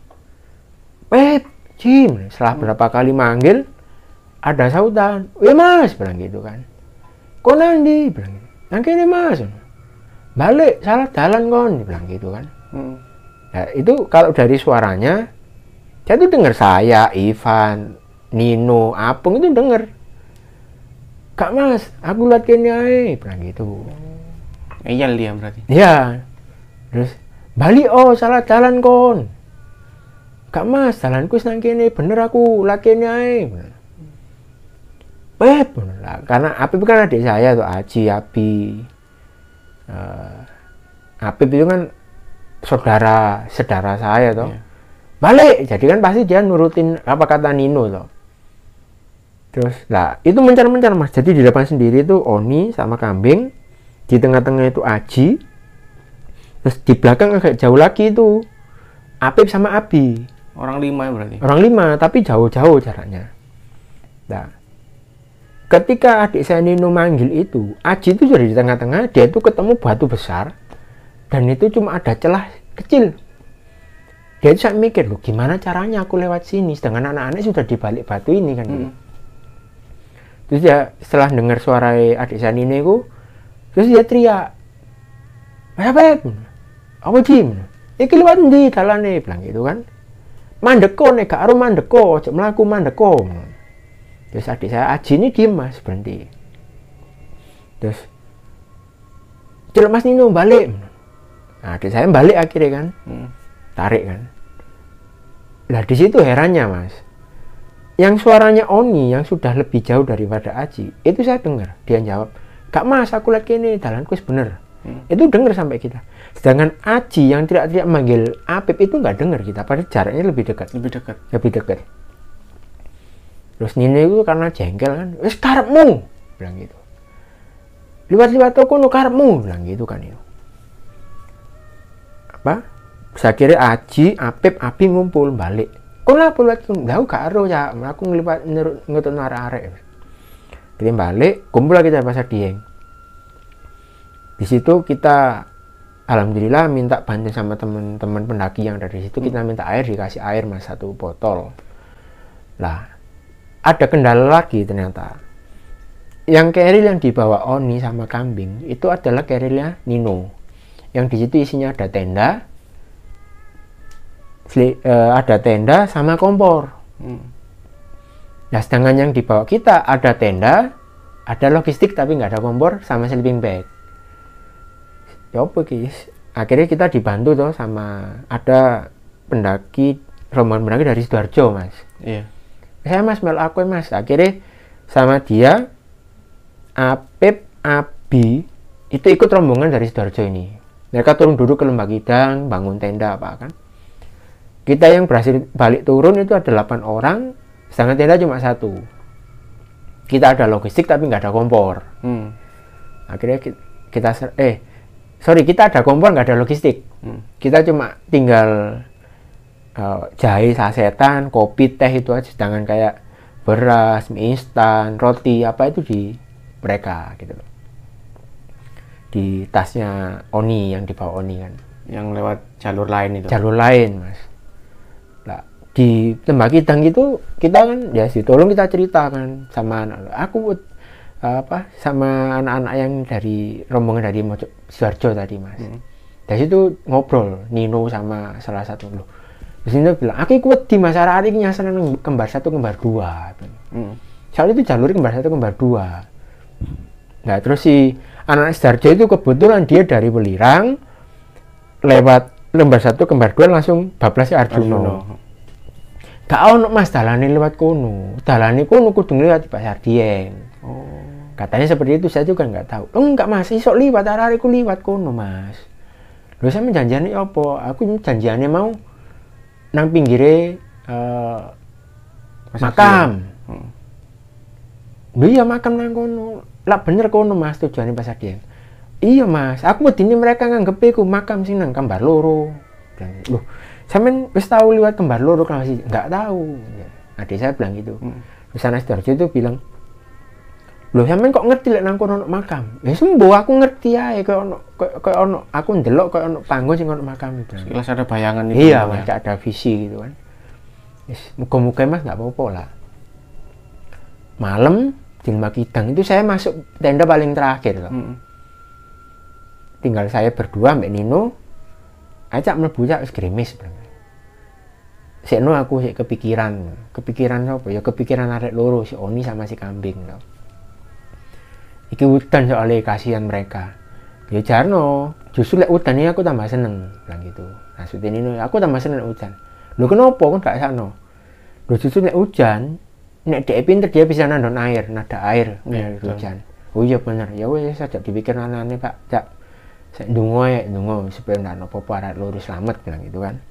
Pep, Jim. Setelah berapa kali manggil, ada sautan. Wih Mas, bilang gitu kan. Kok nanti? Bilang gitu. Nang kene Mas. Balik, salah jalan kon, bilang gitu kan. Hmm. Nah, itu kalau dari suaranya, dia tuh dengar saya, Ivan, Nino, Apung itu dengar. Kak Mas, aku lihat kene ae, bilang gitu. Eyal dia berarti. Iya. Terus balik oh salah jalan kon. Kak Mas, jalanku nang kene bener aku lihat kene ae. Beb, lah karena Apip kan adik saya tuh, Aji, Abi. Uh, Apip itu kan saudara saudara saya tuh. Iya. Balik, jadi kan pasti dia nurutin apa kata Nino tuh. Terus lah itu mencar-mencar Mas. Jadi di depan sendiri itu Oni sama kambing, di tengah-tengah itu Aji, terus di belakang agak jauh lagi itu Apip sama Abi. Orang lima berarti. Orang lima tapi jauh-jauh jaraknya. Nah, ketika adik saya Nino manggil itu, Aji itu sudah di tengah-tengah, dia itu ketemu batu besar dan itu cuma ada celah kecil. Dia itu saya mikir loh, gimana caranya aku lewat sini sedangkan anak-anak sudah di balik batu ini kan. Hmm. Terus dia setelah dengar suara adik saya Nino itu, terus dia teriak, apa apa Jim? Iki lewat ndi dalane bilang gitu kan. Mandeko nek gak aru mandeko, ojo mlaku mandeko. Terus adik saya Aji ini diem Mas, berhenti. Terus celok Mas Nino balik. Nah, adik saya balik akhirnya kan. Hmm. Tarik kan. Lah di situ herannya Mas. Yang suaranya Oni yang sudah lebih jauh daripada Aji, itu saya dengar. Dia jawab, "Kak Mas, aku lihat ini dalanku bener." Hmm. Itu dengar sampai kita. Sedangkan Aji yang tidak-tidak manggil Apip itu nggak dengar kita, padahal jaraknya lebih dekat. Lebih dekat. Lebih dekat. Terus Nino itu karena jengkel kan, "Wis karepmu," bilang gitu. "Liwat-liwat toko no karepmu," bilang gitu kan itu. Apa? Saya kira Aji, Apip, Abi ngumpul balik. Kok lah buat tahu gak ero ya, aku ngelipat ngetut arek-arek. Kita balik, kumpul lagi di pasar Dieng. Di situ kita alhamdulillah minta bantuan sama teman-teman pendaki yang dari situ. Kita minta air, dikasih air Mas satu botol. Lah, ada kendala lagi ternyata. Yang keril yang dibawa Oni sama kambing itu adalah kerilnya Nino. Yang di situ isinya ada tenda, Uh, ada tenda sama kompor. Hmm. Nah, sedangkan yang dibawa kita ada tenda, ada logistik tapi nggak ada kompor sama sleeping bag. Ya apa guys? Akhirnya kita dibantu tuh sama ada pendaki, rombongan pendaki dari Sidoarjo Mas. Iya. Saya Mas mel aku Mas. Akhirnya sama dia, Apip, Abi itu ikut rombongan dari Sidoarjo ini. Mereka turun duduk ke Lembah Kidang, bangun tenda apa kan. Kita yang berhasil balik turun itu ada delapan orang, sedangkan tenda cuma satu. Kita ada logistik tapi nggak ada kompor. Hmm. Akhirnya kita, kita eh sorry kita ada kompor nggak ada logistik. Hmm. Kita cuma tinggal uh, jahe sasetan, kopi, teh itu aja. Sedangkan kayak beras, mie instan, roti apa itu di mereka gitu loh. Di tasnya Oni yang dibawa Oni kan. Yang lewat jalur lain itu. Jalur lain mas. Nah, di Lembah Kidang itu kita kan ya sih tolong kita ceritakan sama anak aku apa sama anak-anak yang dari rombongan dari Mojo Sidoarjo tadi mas. Hmm. Dari situ ngobrol Nino sama salah satu loh. Di sini bilang aku ikut di masyarakat ini senang kembar satu kembar dua. Hmm. Soalnya itu jalur kembar satu kembar dua. Nah terus si anak Sidoarjo itu kebetulan dia dari Welirang lewat lembar satu kembar dua langsung bablas Arjuno. Gak ono mas dalane lewat kono, dalane kono kudu lewat di Pasar Dieng. Oh. Katanya seperti itu, saya juga nggak tahu. Oh enggak mas, isok liwat arek-arekku liwat kono mas. Lho saya menjanjiane apa? Aku janjiane mau nang pinggire uh, makam. Hmm. Lho iya makam nang kono. Lah bener kono mas tujuane Pasar Dieng. Iya mas, aku wedine mereka nganggep ku makam sing nang Kembar Loro. Dan loh, sampean wis tahu liwat Kembar Loro kan masih enggak tahu. Adik saya bilang gitu. Hmm. Terus anak Sidoarjo itu bilang, "Loh, sampean kok ngerti lek nang kono ono makam?" Ya sembo aku ngerti ae koyo ono koyo ono aku ndelok koyo ono panggon sing ono makam itu. Jelas ada bayangan itu. Iya, mas, ada visi gitu kan. Wis muga-muga mas enggak apa-apa lah. Malam di Lembah Kidang itu saya masuk tenda paling terakhir loh. Hmm. Tinggal saya berdua Mbak Nino, ajak mlebu cak wis grimis sebenarnya. Sekno aku sik kepikiran, kepikiran apa ya kepikiran arek loro si Oni sama si Kambing loh. Iki udan soalnya kasihan mereka. Ya jarno, justru lek udan ini aku tambah seneng bilang gitu. Maksudnya Nino, aku tambah seneng udan. Lho kenapa kan gak sakno? Lho justru lek hujan, nek dhek pinter dia bisa nandon air, nada air, ya, hujan. Oh iya bener, ya wis sajak dipikir anane Pak, cak. Saya ndonga ya, ndonga supaya ndak apa-apa arek loro selamat bilang gitu kan.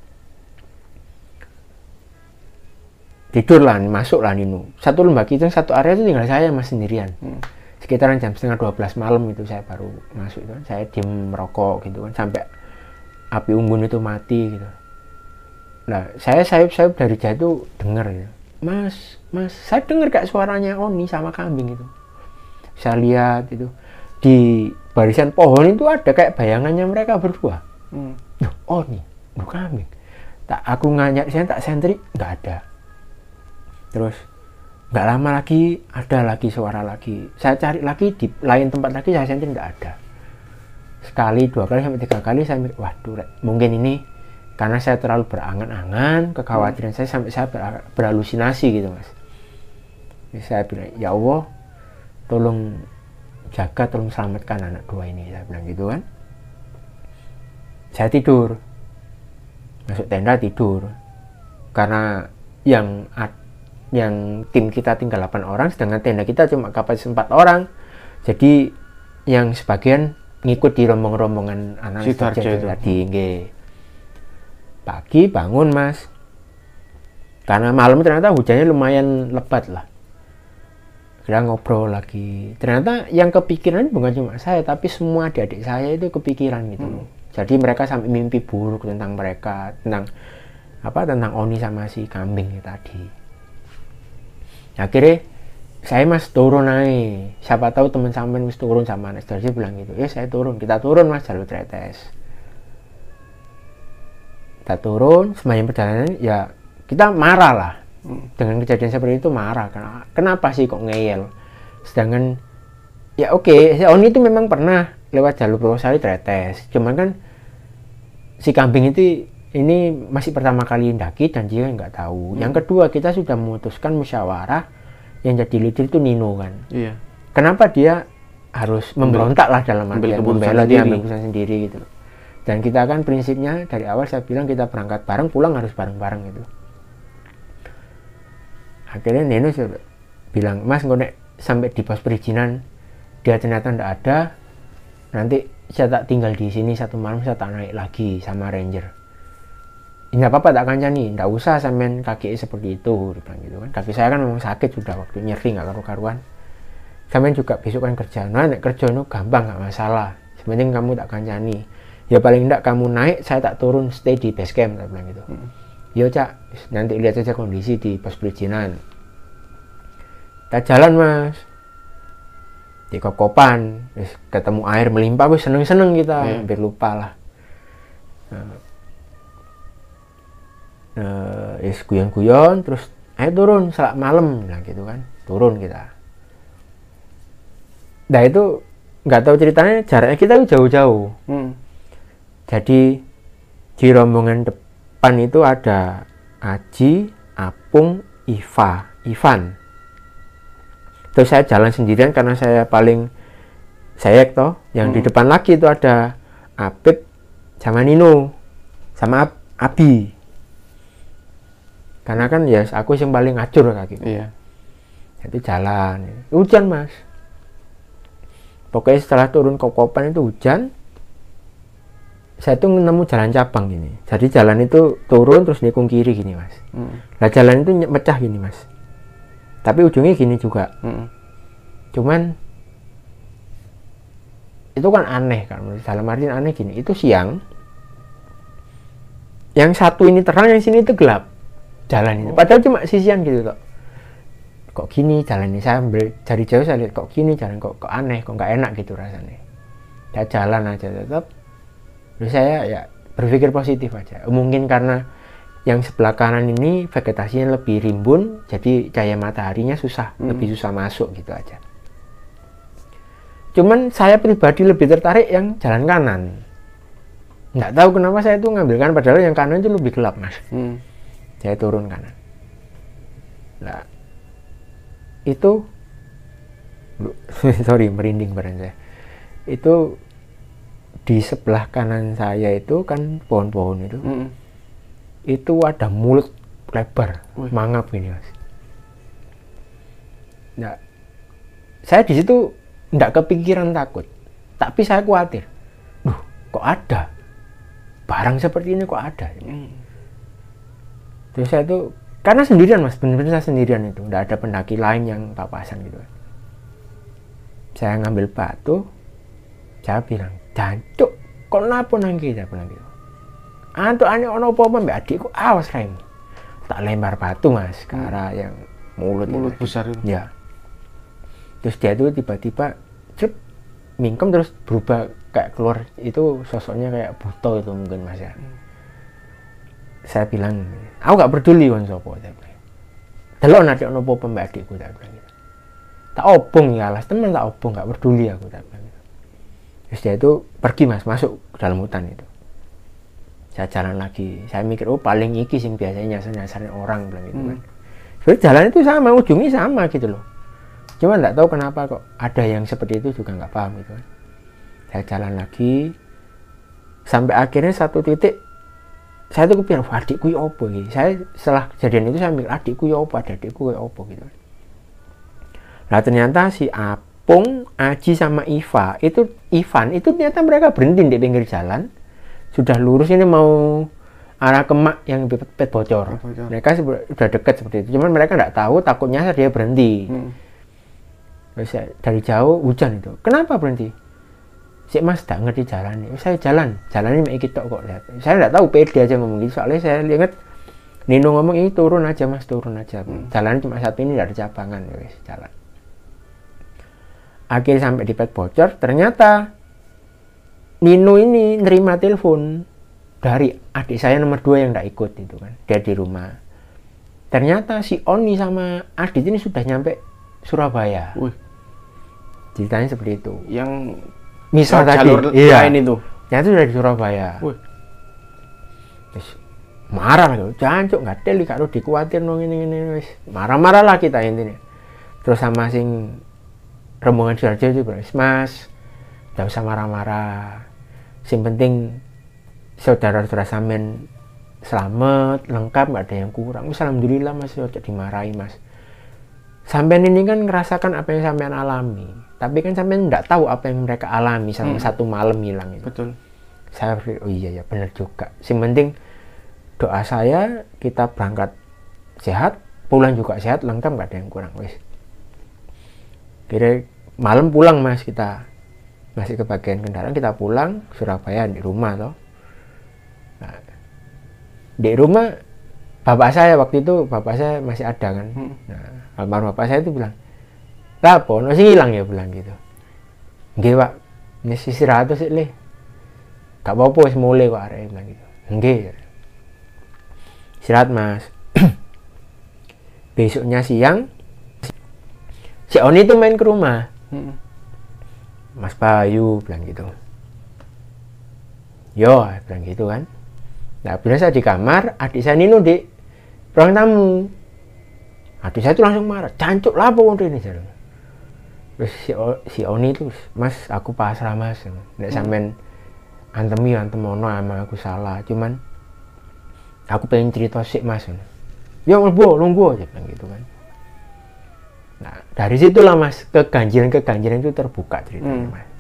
Tidur lah, masuk lah Nino. Satu Lembah Kidang, satu area itu tinggal saya mas sendirian. Hmm. Sekitaran jam setengah dua belas malam itu saya baru masuk itu kan. Saya diem merokok gitu kan sampai api unggun itu mati gitu. Nah, saya sayup-sayup dari jauh dengar gitu. Mas, mas, saya dengar kayak suaranya Oni sama Kambing itu. Saya lihat itu di barisan pohon itu ada kayak bayangannya mereka berdua. Hmm. Duh, Oni, duh Kambing. Tak aku ngajak saya tak sentri nggak ada. Terus nggak lama lagi ada lagi suara lagi. Saya cari lagi di lain tempat lagi saya sentri nggak ada. Sekali, dua kali sampai tiga kali saya mikir, waduh, mungkin ini karena saya terlalu berangan-angan, kekhawatiran hmm. saya sampai saya ber, berhalusinasi gitu mas. Jadi saya bilang, ya Allah, tolong jaga, tolong selamatkan anak dua ini, saya bilang gitu kan. Saya tidur, masuk tenda tidur, karena yang yang tim kita tinggal delapan orang, sedangkan tenda kita cuma kapasitas empat orang, jadi yang sebagian ngikut di rombongan-rombongan anak Sidoarjo itu tadi, nggih. Pagi bangun mas, karena malam ternyata hujannya lumayan lebat lah. Kita ngobrol lagi, ternyata yang kepikiran bukan cuma saya, tapi semua adik-adik saya itu kepikiran gitu loh. Hmm. Jadi mereka sampai mimpi buruk tentang mereka, tentang apa, tentang Oni sama si Kambing tadi. Akhirnya saya mas turun naik, siapa tahu teman sampean mas turun sama anak Sidoarjo bilang gitu, ya saya turun, kita turun mas jalur tretes. Kita turun, semuanya perjalanan ya kita marah lah. Dengan kejadian seperti itu marah, karena kenapa sih kok ngeyel, sedangkan ya oke okay, Oni itu memang pernah lewat jalur Purwosari tretes, cuman kan si Kambing itu ini masih pertama kali ndaki dan dia nggak tahu. Hmm. Yang kedua kita sudah memutuskan musyawarah, yang jadi leader itu Nino kan. Iya. Kenapa dia harus memberontak lah dalam artian membela, dia ambil keputusan sendiri gitu. Dan kita kan prinsipnya dari awal saya bilang kita berangkat bareng, pulang harus bareng-bareng gitu. Akhirnya Nino bilang, mas ngonek sampai di pos perizinan dia ternyata ndak ada, nanti saya tak tinggal di sini satu malam, saya tak naik lagi sama ranger. nggak apa-apa tak kancani, nggak usah sampean kaki seperti itu, dia bilang gitu kan. Kaki saya kan memang sakit sudah waktu nyeri nggak karu-karuan. Sampean juga besok kan kerja, nah nek kerja itu gampang nggak masalah. Sebenarnya kamu tak kancani, ya paling enggak kamu naik, saya tak turun stay di base camp, tak bilang gitu. Hmm. Yo cak, nanti lihat saja kondisi di pos perizinan. Kita jalan mas, di Kokopan, ketemu air melimpah, wis seneng-seneng kita, yeah. hampir lupa lah. Nah, Uh, is guyon-guyon terus ayo turun selak malam nah gitu kan, turun kita. Nah itu nggak tahu ceritanya, jaraknya kita itu jauh-jauh. hmm. Jadi di rombongan depan itu ada Aji, Apung, Iva, Ivan. Terus saya jalan sendirian karena saya paling sayek toh. Yang hmm. di depan lagi itu ada Apip sama Nino sama Ab Abi. Karena kan ya aku yang paling ngacur kaki. Iya. Jadi jalan. Hujan mas. Pokoknya setelah turun Kokopan itu hujan. Saya tuh nemu jalan cabang gini. Jadi jalan itu turun terus nikung kiri gini mas. Hmm. Nah jalan itu mecah gini mas. Tapi ujungnya gini juga. Hmm. Cuman itu kan aneh kan. Dalam artian aneh gini. Itu siang. Yang satu ini terang, yang sini itu gelap. Jalan itu, padahal cuma sisian gitu loh. Kok gini jalan ini, saya dari jauh saya lihat kok gini jalan, kok kok aneh, kok nggak enak gitu rasanya. Ya jalan aja tetap. Terus saya ya berpikir positif aja. Mungkin karena yang sebelah kanan ini vegetasinya lebih rimbun, jadi cahaya mataharinya susah, hmm. lebih susah masuk gitu aja. Cuman saya pribadi lebih tertarik yang jalan kanan. Nggak tahu kenapa saya tuh ngambil kanan, padahal yang kanan itu lebih gelap mas. Hmm. Saya turun kanan. Nah, itu sorry merinding badan saya. Itu di sebelah kanan saya itu kan pohon-pohon itu. Mm. Itu ada mulut lebar, Wih. mangap gini mas. Nah, saya di situ nggak kepikiran takut, tapi saya khawatir. Duh, kok ada barang seperti ini kok ada? Mm. Terus saya tuh, karena sendirian mas, benar-benar saya sendirian itu, nggak ada pendaki lain yang papasan gitu. Saya ngambil batu, saya bilang, jancuk, kok napa nangki, saya bilang gitu. Antuk ane ono apa-apa mbak adikku, awas kayak tak lempar batu mas, ke arah yang mulut, mulut itu. besar itu. Ya. Terus dia tuh tiba-tiba, cep, mingkem terus berubah kayak keluar, itu sosoknya kayak buto itu mungkin mas ya. Hmm. Saya bilang, aku gak peduli kan sopo, saya bilang. Delok nanti ono apa mbak adikku, saya bilang gitu. Tak obong ya, alas teman tak obong, gak peduli aku, saya bilang gitu. Terus dia itu pergi mas, masuk ke dalam hutan itu. Saya jalan lagi, saya mikir, oh paling iki sing biasanya nyasar-nyasarin orang, bilang gitu hmm. kan. Sebenarnya jalan itu sama, ujungnya sama gitu loh. Cuma gak tahu kenapa kok ada yang seperti itu juga gak paham gitu kan. Saya jalan lagi, sampai akhirnya satu titik, saya tuh kepikiran, wah adikku ya apa gitu. Saya setelah kejadian itu saya mikir, adikku ya apa, adikku ya apa gitu. Nah ternyata si Apung, Aji sama Iva, itu Ivan, itu ternyata mereka berhenti di pinggir jalan. Sudah lurus ini mau arah Kemak yang pet bocor. bocor. Mereka sudah dekat seperti itu. Cuman mereka nggak tahu, takutnya dia berhenti. Hmm. Terus saya, dari jauh hujan itu. Kenapa berhenti? Si mas tak ngerti jalan nih, saya jalan, jalan ini kita kok lihat. Saya nggak tahu pede aja ngomong gitu, soalnya saya lihat Nino ngomong ini turun aja mas, turun aja. Hmm. Jalan cuma satu ini, tidak ada cabangan, wes jalan. Akhirnya sampai di pet bocor, ternyata Nino ini nerima telepon dari adik saya nomor dua yang nggak ikut itu kan, dia di rumah. Ternyata si Oni sama Adit ini sudah nyampe Surabaya. Wih. Ceritanya seperti itu. Yang misal tadi, jalur iya, lain itu. Yang itu udah di Surabaya. Wih. Terus marah gitu, jancuk nggak teli karo dikuatir nong ini ini wis. Marah-marah lah kita intinya. Terus sama sing rombongan Sidoarjo itu bilang, mas, nggak usah marah-marah. Sing penting saudara-saudara sampean selamat, lengkap, nggak ada yang kurang. Alhamdulillah mas, ojo dimarahi mas. Sampean ini kan ngerasakan apa yang sampean alami, tapi kan sampean nggak tahu apa yang mereka alami sampai hmm. satu malam hilang itu. Betul. Saya berpikir, oh iya ya benar juga. Sing penting doa saya kita berangkat sehat, pulang juga sehat, lengkap, nggak ada yang kurang wis. Kira malam pulang mas, kita masih kebagian kendaraan, kita pulang Surabaya di rumah toh. Nah, di rumah bapak saya waktu itu, bapak saya masih ada kan. Hmm. Nah, almarhum bapak saya itu bilang, "Lapo, masih hilang ya?" bilang gitu. "Nggih, Pak. Ini istirahat sih le. Gak apa-apa wis mulai kok arek," bilang gitu. "Nggih." Istirahat, Mas. Besoknya siang si Oni itu main ke rumah. Hmm. "Mas Bayu," bilang gitu. "Yo," bilang gitu kan. Nah, bila saya di kamar, adik saya Nino di ruang tamu. Adik saya itu langsung marah, "Cancuk lah apa ini?" Terus si, o, si Oni itu, "Mas, aku pasrah mas. Nek sampean antemi antem ono ama aku salah. Cuman aku pengen cerita sih mas." "Ya nunggu, nunggu," aja bilang gitu kan. Nah, dari situlah mas, keganjilan-keganjilan itu terbuka ceritanya hmm. mas.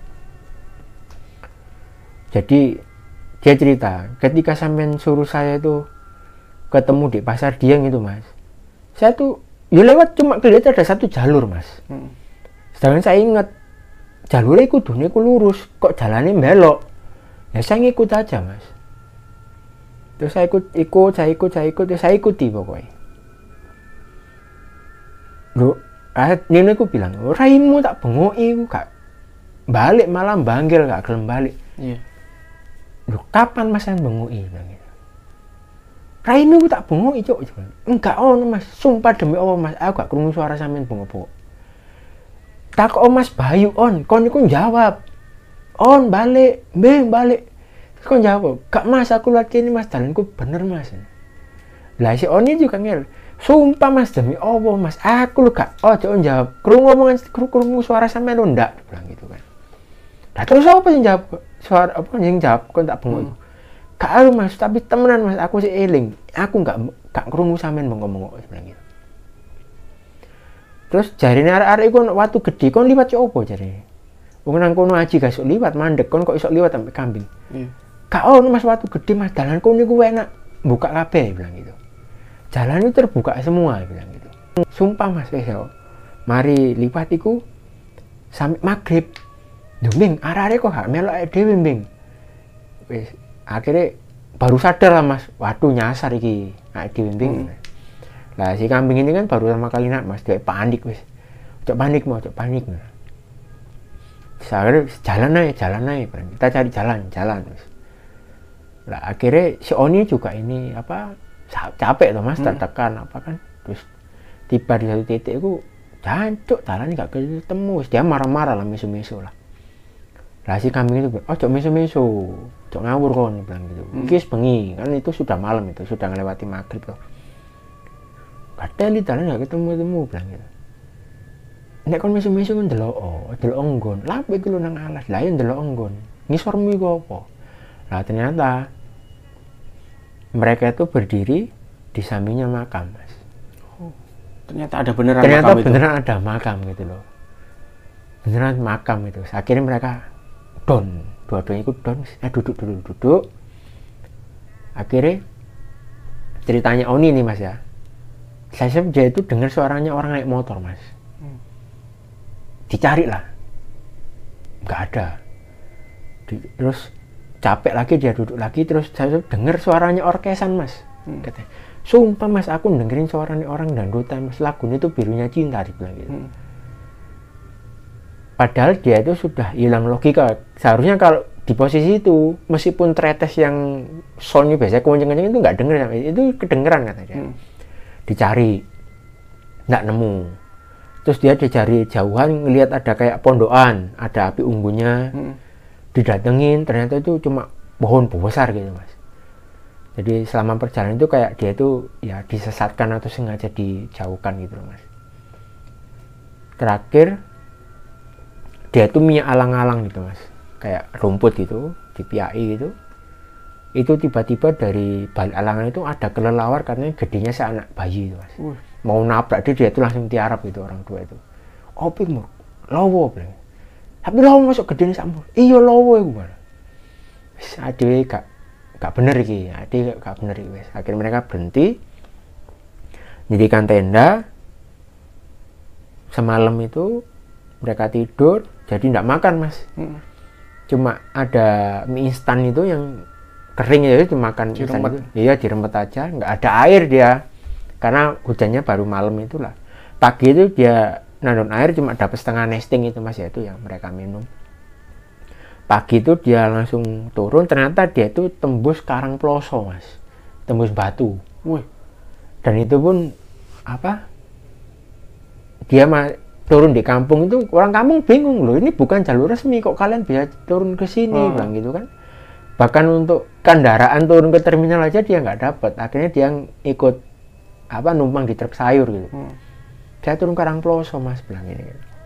Jadi dia cerita, ketika sampean suruh saya itu ketemu di pasar Dieng itu mas, saya tuh ya lewat cuma kelihatan ada satu jalur mas. Hmm. Sedangkan saya ingat jalurnya ikut dunia ku lurus, kok jalannya belok. Ya saya ngikut aja mas. Terus saya ikut, ikut, saya ikut, saya ikut, terus saya ikuti pokoknya. Loh, Nino ku bilang, "Raimu tak bengoki ku gak balik, malah banggil gak gelem balik." Iya. "Loh, kapan mas saya bengoki?" bilang gitu. "Raimu ku tak bengoki, Cuk." "Enggak ono mas, sumpah demi Allah mas, aku gak krungu suara sampean bengok-bengok." "Takok Mas Bayu on, kon iku jawab. On balik, mbeh balik." Kon jawab, "Gak mas, aku lihat ini mas, jalanku bener mas." Lah si Oni juga ngel, "Sumpah mas demi Allah mas, aku lu gak oh jangan jawab. Krungu ngomongan krungu suara sampean lo ndak," bilang gitu kan. Lah terus apa yang jawab? Suara apa yang jawab? Kon tak bengok. Hmm. "Gak aru mas, tapi temenan mas, aku sih eling. Aku gak gak krungu sampean bengok-bengok," bilang gitu. Terus jarine arek-arek iku ono watu gede, kon liwat yo opo jarine? Wong nang kono aji gak iso liwat, mandek kon kok iso liwat sampai kambing. Iya. "Gak ono mas, watu gede mas, dalan kono niku enak. Buka kabeh," bilang gitu. "Jalan itu terbuka semua," bilang gitu. "Sumpah mas, wis yo. Mari liwat iku sampai maghrib. Lho Bing, arek-arek kok gak melok dhewe Bing." Wis akhirnya baru sadar lah mas, waduh nyasar iki arek dhewe Bing. Hmm. Lah si kambing ini kan baru pertama kali nak mas, dia panik wis. "Cok panik mau, cok panik." Saya jalan aja, jalan aja, kita cari jalan, jalan wis. Lah akhirnya si Oni juga ini apa capek tuh mas, tertekan hmm. apa kan, terus tiba di satu titik itu jancuk jalan gak ketemu, dia marah-marah lah, mesu-mesu lah. Lah si kambing itu bilang, "Oh cok mesu-mesu, cok ngawur kon," bilang gitu. Hmm. "Kis bengi, kan itu sudah malam itu, sudah melewati maghrib tuh. Kateli jalan gak ketemu-ketemu," bilang gitu. "Nek kon mesu-mesu kan delok, oh delok enggon, lapo iki lho nang alas, lah ya delok enggon, ngisormu iku apa?" Lah ternyata mereka itu berdiri di sampingnya makam mas. Oh, ternyata ada beneran ternyata makam beneran itu. Ada makam gitu loh, beneran makam itu. Akhirnya mereka don, dua-duanya ikut don, eh duduk dulu duduk. Akhirnya ceritanya Oni nih mas ya, saya saja itu dengar suaranya orang naik motor mas. Hmm. Dicari lah, nggak ada. Di, terus capek lagi dia duduk lagi, terus saya dengar suaranya orkesan mas. Hmm. Katanya, "Sumpah mas, aku dengerin suaranya orang dangdutan mas, lagunya itu Birunya Cinta," dibilang gitu. Hmm. Padahal dia itu sudah hilang logika. Seharusnya kalau di posisi itu, meskipun tretes yang soundnya biasanya kenceng-kenceng itu nggak denger, itu kedengeran katanya. Hmm. Dicari, nggak nemu. Terus dia dicari jauhan, ngelihat ada kayak pondokan, ada api unggunya. Hmm. Didatengin, ternyata itu cuma pohon besar gitu mas. Jadi selama perjalanan itu kayak dia itu ya disesatkan atau sengaja dijauhkan gitu mas. Terakhir dia itu punya alang-alang gitu mas, kayak rumput gitu, dipiai gitu. Itu tiba-tiba dari balik alangan itu ada kelelawar, katanya gedenya seanak bayi itu mas. Uh. Mau nabrak dia, dia itu langsung tiarap gitu orang tua itu. "Opi mur, lowo," bilang. "Tapi lowo masuk gedenya sakmu." "Iya lowo iku," Mas. Wis adewe gak gak bener iki, ade gak bener iki wis. Akhirnya mereka berhenti, dirikan tenda. Semalam itu mereka tidur, jadi nggak makan mas. Hmm. Cuma ada mie instan itu yang kering ya, cuma makan instan itu. Iya diremet aja, nggak ada air dia, karena hujannya baru malam itulah. Pagi itu dia nandon air cuma dapat setengah nesting itu mas ya, itu yang mereka minum. Pagi itu dia langsung turun, ternyata dia itu tembus Karang Ploso mas, tembus Batu. Wih. Dan itu pun apa? Dia mah turun di kampung itu, orang kampung bingung loh, ini bukan jalur resmi kok kalian bisa turun ke sini, hmm. bilang gitu kan. Bahkan untuk kendaraan turun ke terminal aja dia nggak dapat. Akhirnya dia ikut apa numpang di truk sayur gitu. Hmm. Saya turun Karang Ploso mas, bilang ini.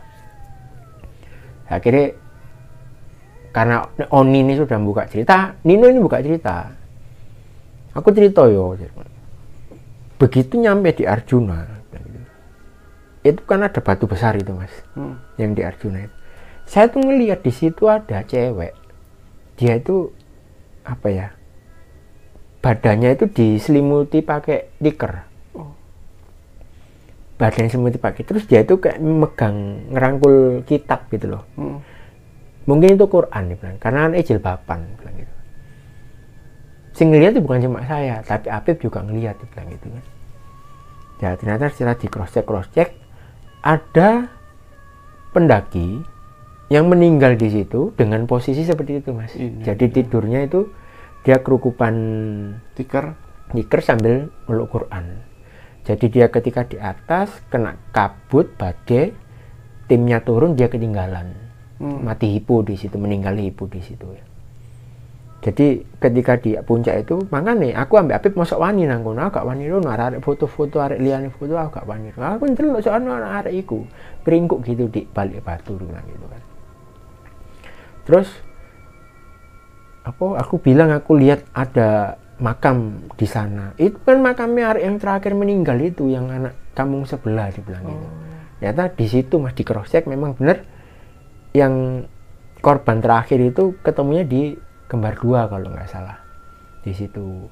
Akhirnya karena Oni ini sudah buka cerita, Nino ini buka cerita. Aku cerita yo. Begitu nyampe di Arjuna, itu kan ada batu besar itu mas, hmm. yang di Arjuna itu. Saya tuh ngelihat di situ ada cewek, dia itu apa ya, badannya itu diselimuti pakai tikar, oh. badannya diselimuti pakai, terus dia itu kayak megang ngerangkul kitab gitu loh. Hmm. Mungkin itu Quran nih bilang, karena kan jilbaban bilang gitu. Sing ngelihat itu bukan cuma saya, tapi Apip juga ngelihat bilang gitu kan. Ya ternyata setelah di cross check cross check ada pendaki yang meninggal di situ dengan posisi seperti itu mas. Ini, jadi ini. Tidurnya itu dia kerukupan tikar tikar sambil meluk Quran. Jadi dia ketika di atas kena kabut badai, timnya turun dia ketinggalan, hmm. mati hipo di situ, meninggal hipo di situ ya. Jadi ketika di puncak itu, makanya aku ambil Apip masuk wani nang kono, agak wani rono, arek foto-foto, arek liyane foto, agak wani. Aku ndelok sono arek iku, pringkuk gitu di balik batu gitu kan. Terus apa? Aku bilang aku lihat ada makam di sana. Itu kan makamnya arek yang terakhir meninggal itu, yang anak kampung sebelah dibilang gitu. Ternyata di situ mas di cross check memang benar yang korban terakhir itu ketemunya di Kembar Dua kalau nggak salah di situ.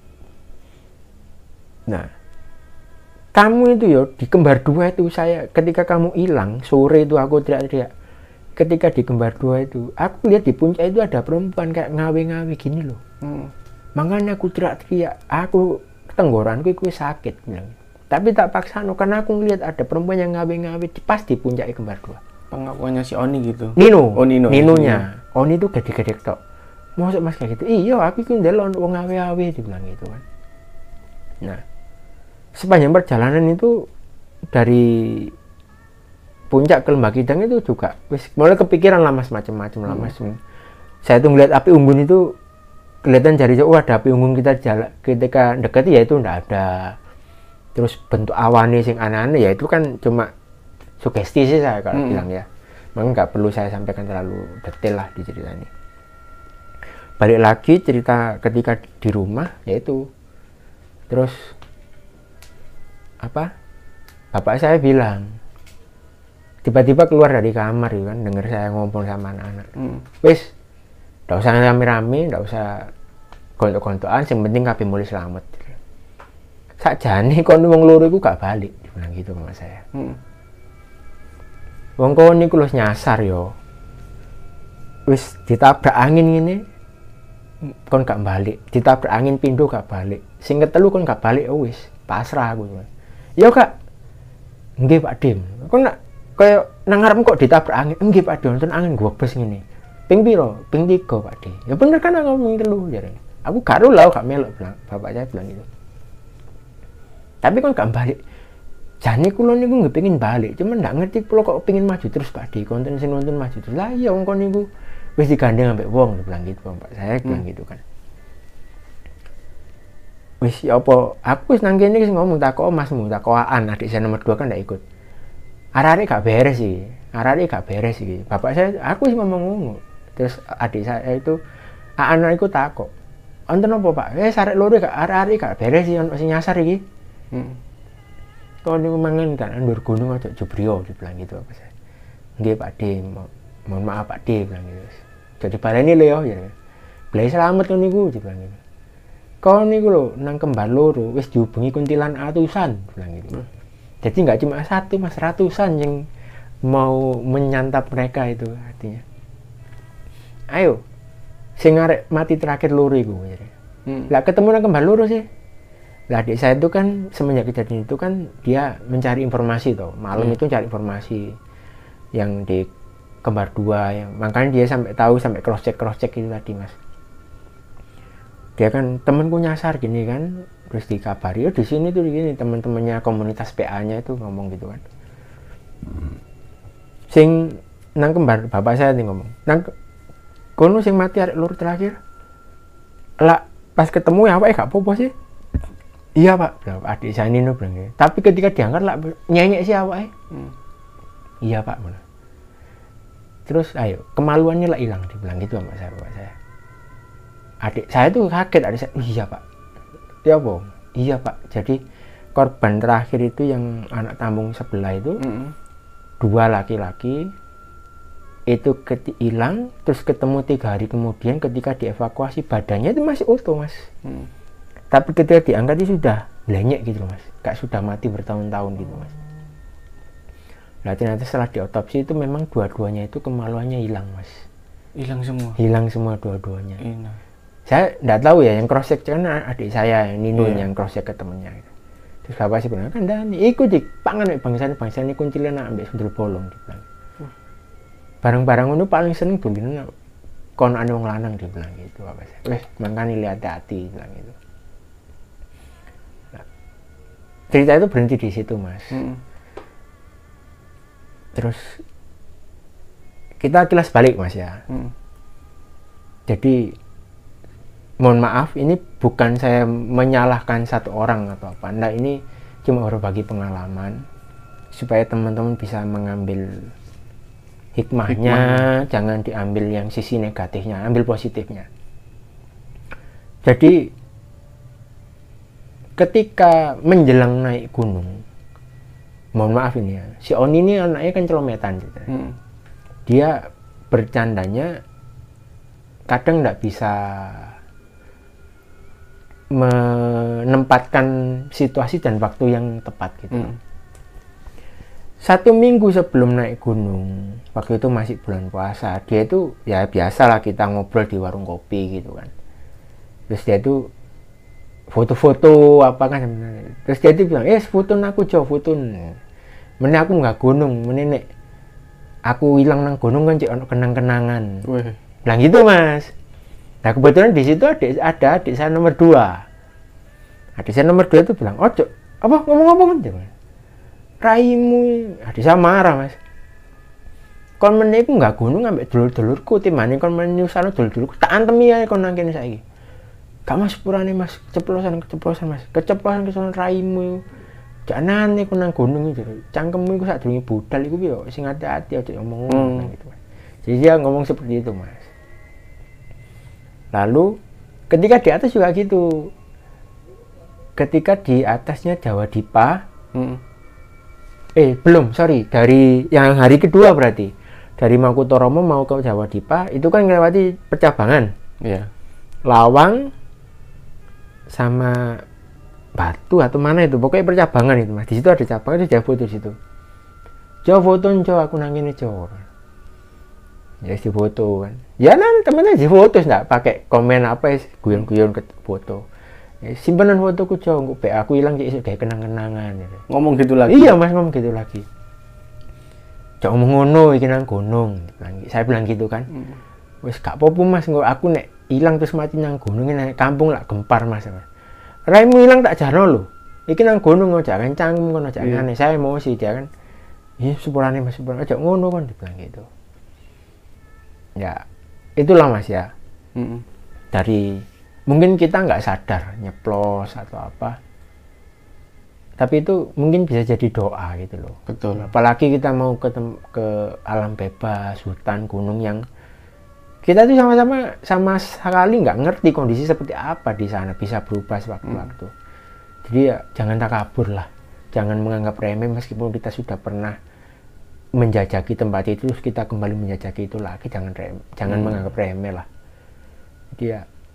Nah, kamu itu yo di Kembar Dua itu saya ketika kamu hilang sore itu aku teriak-teriak. Ketika di Kembar Dua itu aku lihat di puncak itu ada perempuan kayak ngawe-ngawe gini loh. Hmm. Makanya aku teriak-teriak, aku tenggorokanku itu sakit bilang. Tapi tak paksa no, karena aku ngelihat ada perempuan yang ngawe-ngawe pas di puncak Kembar Dua. Pengakuannya si Oni gitu. Nino. Oh Nino. Ninonya. Oni itu gede-gede tok. Masuk mas kayak gitu, iya aku itu ndelok wong awe-awe dibilang gitu kan. Nah, sepanjang perjalanan itu dari puncak ke Lembah Kidang itu juga wis mulai kepikiran lah mas macam-macam lah mas. Hmm. Saya tuh ngeliat api unggun itu kelihatan dari jauh, ada api unggun kita jalan ketika dekati ya itu ndak ada. Terus bentuk awannya sing aneh-aneh ya itu kan cuma sugesti sih saya kalau hmm. bilang ya. Memang nggak perlu saya sampaikan terlalu detail lah di cerita ini. Balik lagi cerita ketika di rumah yaitu terus apa bapak saya bilang tiba-tiba keluar dari kamar ya kan, dengar saya ngomong sama anak-anak, hmm. wis nggak usah rame-rame, nggak usah gontok-gontokan, yang penting kabeh mulai selamat. Sakjane kon wong loro iku gak balik, dibilang gitu sama saya. Hmm. Wong kon niku lho nyasar yo, wis ditabrak angin ngene kon gak balik, ditabrak angin pindo gak balik, sing ketelu kon gak balik oh wis pasrah aku. Ya kak, nggih Pak Dim, kon nak kaya nang ngarep kok ditabrak angin, nggih Pak Dim, wonten angin gobes ngene. Ping piro? Ping tiga Pak Dim. Ya bener kan aku ngomong telu jare. Aku gak ro lho gak melok bilang, bapak saya bilang gitu. Tapi kon gak balik. Jane kula niku nggih pengin balik, cuman ndak ngerti kula kok pengin maju terus Pak Dim, konten sing nonton maju terus. Lah iya wong kon niku wis digandeng ambek wong bilang gitu bapak saya bilang hmm. gitu kan. Wis ya apa aku wis nang kene wis ngomong takok masmu takokan adik saya nomor dua kan ndak ikut. Arek-arek gak beres sih. Arek-arek gak beres iki. Bapak saya aku wis ngomong ngono. Terus adik saya itu anak iku takok. Wonten apa Pak? Eh arek loro gak arek-arek gak beres sih ono sing nyasar iki. Hmm. Kok niku mangan kan ndur gunung aja jebrio dibilang gitu apa saya. Nggih Pak D, mohon maaf Pak D bilang gitu. Jadi baleni lho ya. Blai selamat kan niku dibilang gitu. kon niku lho nang kembar loro wis dihubungi kuntilan atusan bilang gitu. Hmm. Jadi nggak cuma satu mas, ratusan yang mau menyantap mereka itu artinya. Ayo, sing arek mati terakhir loro iku. Hmm. Lah ketemu nang kembar loro sih. Lah adik saya itu kan semenjak kejadian itu kan dia mencari informasi toh. Malam hmm. itu cari informasi yang di kembar dua ya. Makanya dia sampai tahu sampai cross check cross check itu tadi mas. Dia kan temenku nyasar gini kan, terus dikabari, oh di sini tuh gini teman-temannya komunitas P A-nya itu ngomong gitu kan. Sing nang kembar bapak saya nih ngomong, nang kono sing mati arek lur terakhir. Lah pas ketemu ya apa eh gak apa-apa sih. Iya pak, bilang adik saya Nino bilang. Tapi ketika diangkat lah nyenyek sih awake. Hmm. Iya pak, mana. Terus ayo kemaluannya lah hilang dibilang gitu sama saya bapak saya. Adik saya tuh kaget, adik saya, oh, iya pak, dia apa? Iya pak, jadi korban terakhir itu yang anak tampung sebelah itu mm-hmm. dua laki-laki itu hilang, terus ketemu tiga hari kemudian ketika dievakuasi badannya itu masih utuh mas, mm. tapi ketika diangkat itu sudah blenyek gitu mas, kayak sudah mati bertahun-tahun gitu mas. Nah ternyata setelah diotopsi itu memang dua-duanya itu kemaluannya hilang mas. Hilang semua? Hilang semua dua-duanya. Ina. Saya enggak tahu ya, yang cross check kan adik saya yang Nino yeah. yang cross check ke temennya. Terus bapak sih bilang kan dan ikut di pangan bangsa bangsa ini kuntilanak ambek sundel bolong dibilang. Uh. Barang-barang itu paling seneng dulina kon ane wong lanang dibilang gitu bapak saya. Wes mangkane lihat hati bilang gitu. Nah, cerita itu berhenti di situ mas. Mm. Terus kita kilas balik mas ya. Mm. Jadi mohon maaf, ini bukan saya menyalahkan satu orang atau apa. Nah, ini cuma berbagi pengalaman supaya teman-teman bisa mengambil hikmahnya, hikmahnya, jangan diambil yang sisi negatifnya, ambil positifnya. Jadi ketika menjelang naik gunung, mohon maaf ini ya, si Oni ini anaknya kan celometan gitu. Hmm. Dia bercandanya kadang nggak bisa menempatkan situasi dan waktu yang tepat gitu. Hmm. Satu minggu sebelum naik gunung, waktu itu masih bulan puasa, dia itu ya biasalah kita ngobrol di warung kopi gitu kan. Terus dia itu foto-foto apa kan sebenarnya. Terus dia itu bilang, eh foto aku jauh foto. Mene aku nggak gunung, mene nek aku hilang nang gunung kan cek ono kenang-kenangan. Bilang gitu mas. Nah kebetulan di situ ada, ada adik saya nomor dua. Adik saya nomor dua itu bilang, ojo, apa ngomong-ngomong kan? Raimu, adik saya marah mas. Kon meniku nggak gunung ambek dulur-dulurku, timane kon menyusano dulur-dulurku, tak antemi ae kon nang kene saiki. Gak mas purane mas, keceplosan keceplosan mas, keceplosan kesono raimu. Jangan nih kon nang gunung itu, cangkemmu iku sadurunge budal iku yo sing hati-hati aja ngomong hmm. gitu mas. Jadi dia ngomong seperti itu mas. Lalu ketika di atas juga gitu, ketika di atasnya Jawa Dipa, hmm. eh belum sorry dari yang hari kedua berarti dari Mangkutoromo mau ke Jawa Dipa itu kan melewati percabangan, yeah. Lawang sama Batu atau mana itu pokoknya percabangan itu mas. Di situ ada cabangan itu dia foto di situ. Jauh foto jauh aku nangin jauh. Ya si foto kan. Ya nanti temennya si foto enggak pakai komen apa ya guyon-guyon ke foto. Ya, simpanan fotoku jauh, be aku hilang jadi kayak kenang-kenangan. Gitu. Ngomong gitu lagi. Iya mas ngomong gitu lagi. Jangan ngomong ngono iki nang gunung. Saya bilang gitu kan. Hmm. Wes gak apa-apa mas, nggo aku nek hilang terus mati nang gunung nek kampung lah gempar mas. Raimu hilang tak jarno lho. Iki nang gunung kok jangan cangkem kono jangan. Yeah. Saya emosi dia kan. Ih sepurane mas sepurane aja ngono kan dibilang gitu. Ya itulah mas ya. Mm-hmm. Dari mungkin kita nggak sadar nyeplos atau apa, tapi itu mungkin bisa jadi doa gitu loh. Betul. Apalagi kita mau ke tem- ke alam bebas, hutan, gunung yang kita tuh sama-sama sama sekali nggak ngerti kondisi seperti apa di sana, bisa berubah sewaktu-waktu. Mm. Jadi ya jangan takabur lah, jangan menganggap remeh meskipun kita sudah pernah menjajaki tempat itu, terus kita kembali menjajaki itu lagi, jangan rem, jangan hmm. menganggap remeh lah. Jadi ya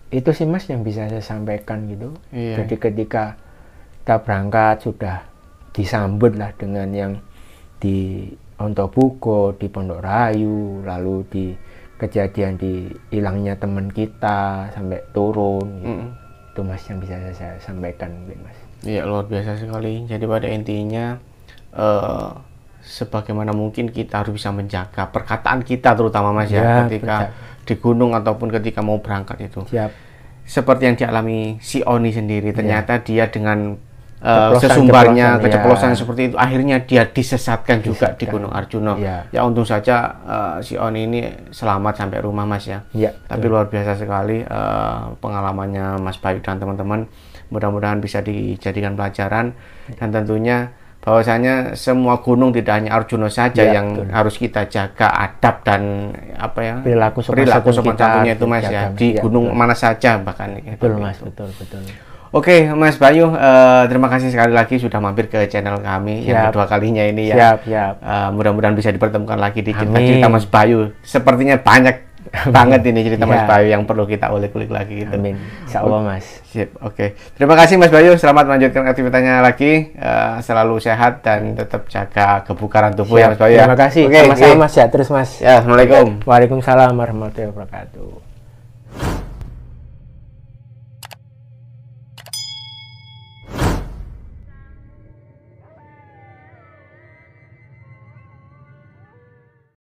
itu sih Mas yang bisa saya sampaikan gitu. Iya. Jadi ketika kita berangkat sudah disambut lah dengan yang di Ontobugo, di Pondok Rayu, lalu di kejadian di hilangnya teman kita sampai turun gitu. Mm. Itu Mas yang bisa saya sampaikan mungkin Mas. Iya, luar biasa sekali. Jadi pada intinya uh, sebagaimana mungkin kita harus bisa menjaga perkataan kita terutama Mas ya, ya ketika betul. Di gunung ataupun ketika mau berangkat itu. Siap. Seperti yang dialami si Oni sendiri, ternyata ya. Dia dengan uh, sesumbarnya keceplosan ya. Seperti itu, akhirnya dia disesatkan, disesatkan. juga di Gunung Arjuna. Ya, ya untung saja uh, si Oni ini selamat sampai rumah Mas ya. Ya Tapi betul. Luar biasa sekali uh, pengalamannya Mas Bayu dan teman-teman. Mudah-mudahan bisa dijadikan pelajaran dan tentunya bahwasanya semua gunung tidak hanya Arjuna saja ya, yang betul. Harus kita jaga adab dan apa ya perilaku perilaku sopan satunya itu Mas ya di ya, gunung betul. Mana saja bahkan betul Mas itu. betul betul Oke Mas Bayu, uh, terima kasih sekali lagi sudah mampir ke channel kami siap. Yang kedua kalinya ini ya. Siap, siap. Uh, mudah-mudahan bisa dipertemukan lagi di cerita-cerita Mas Bayu. Sepertinya banyak banget ini cerita ya. Mas Bayu yang perlu kita ulik-ulik lagi gitu. Amin. Insya Allah Mas. Sip, oke. Okay. Terima kasih Mas Bayu. Selamat melanjutkan aktivitasnya lagi. Uh, selalu sehat dan tetap jaga kebugaran tubuh. Siap. Ya Mas Bayu. Terima kasih. Okay, sama-sama okay. Mas ya. Terus Mas. Ya, Assalamualaikum. Waalaikumsalam warahmatullahi wabarakatuh.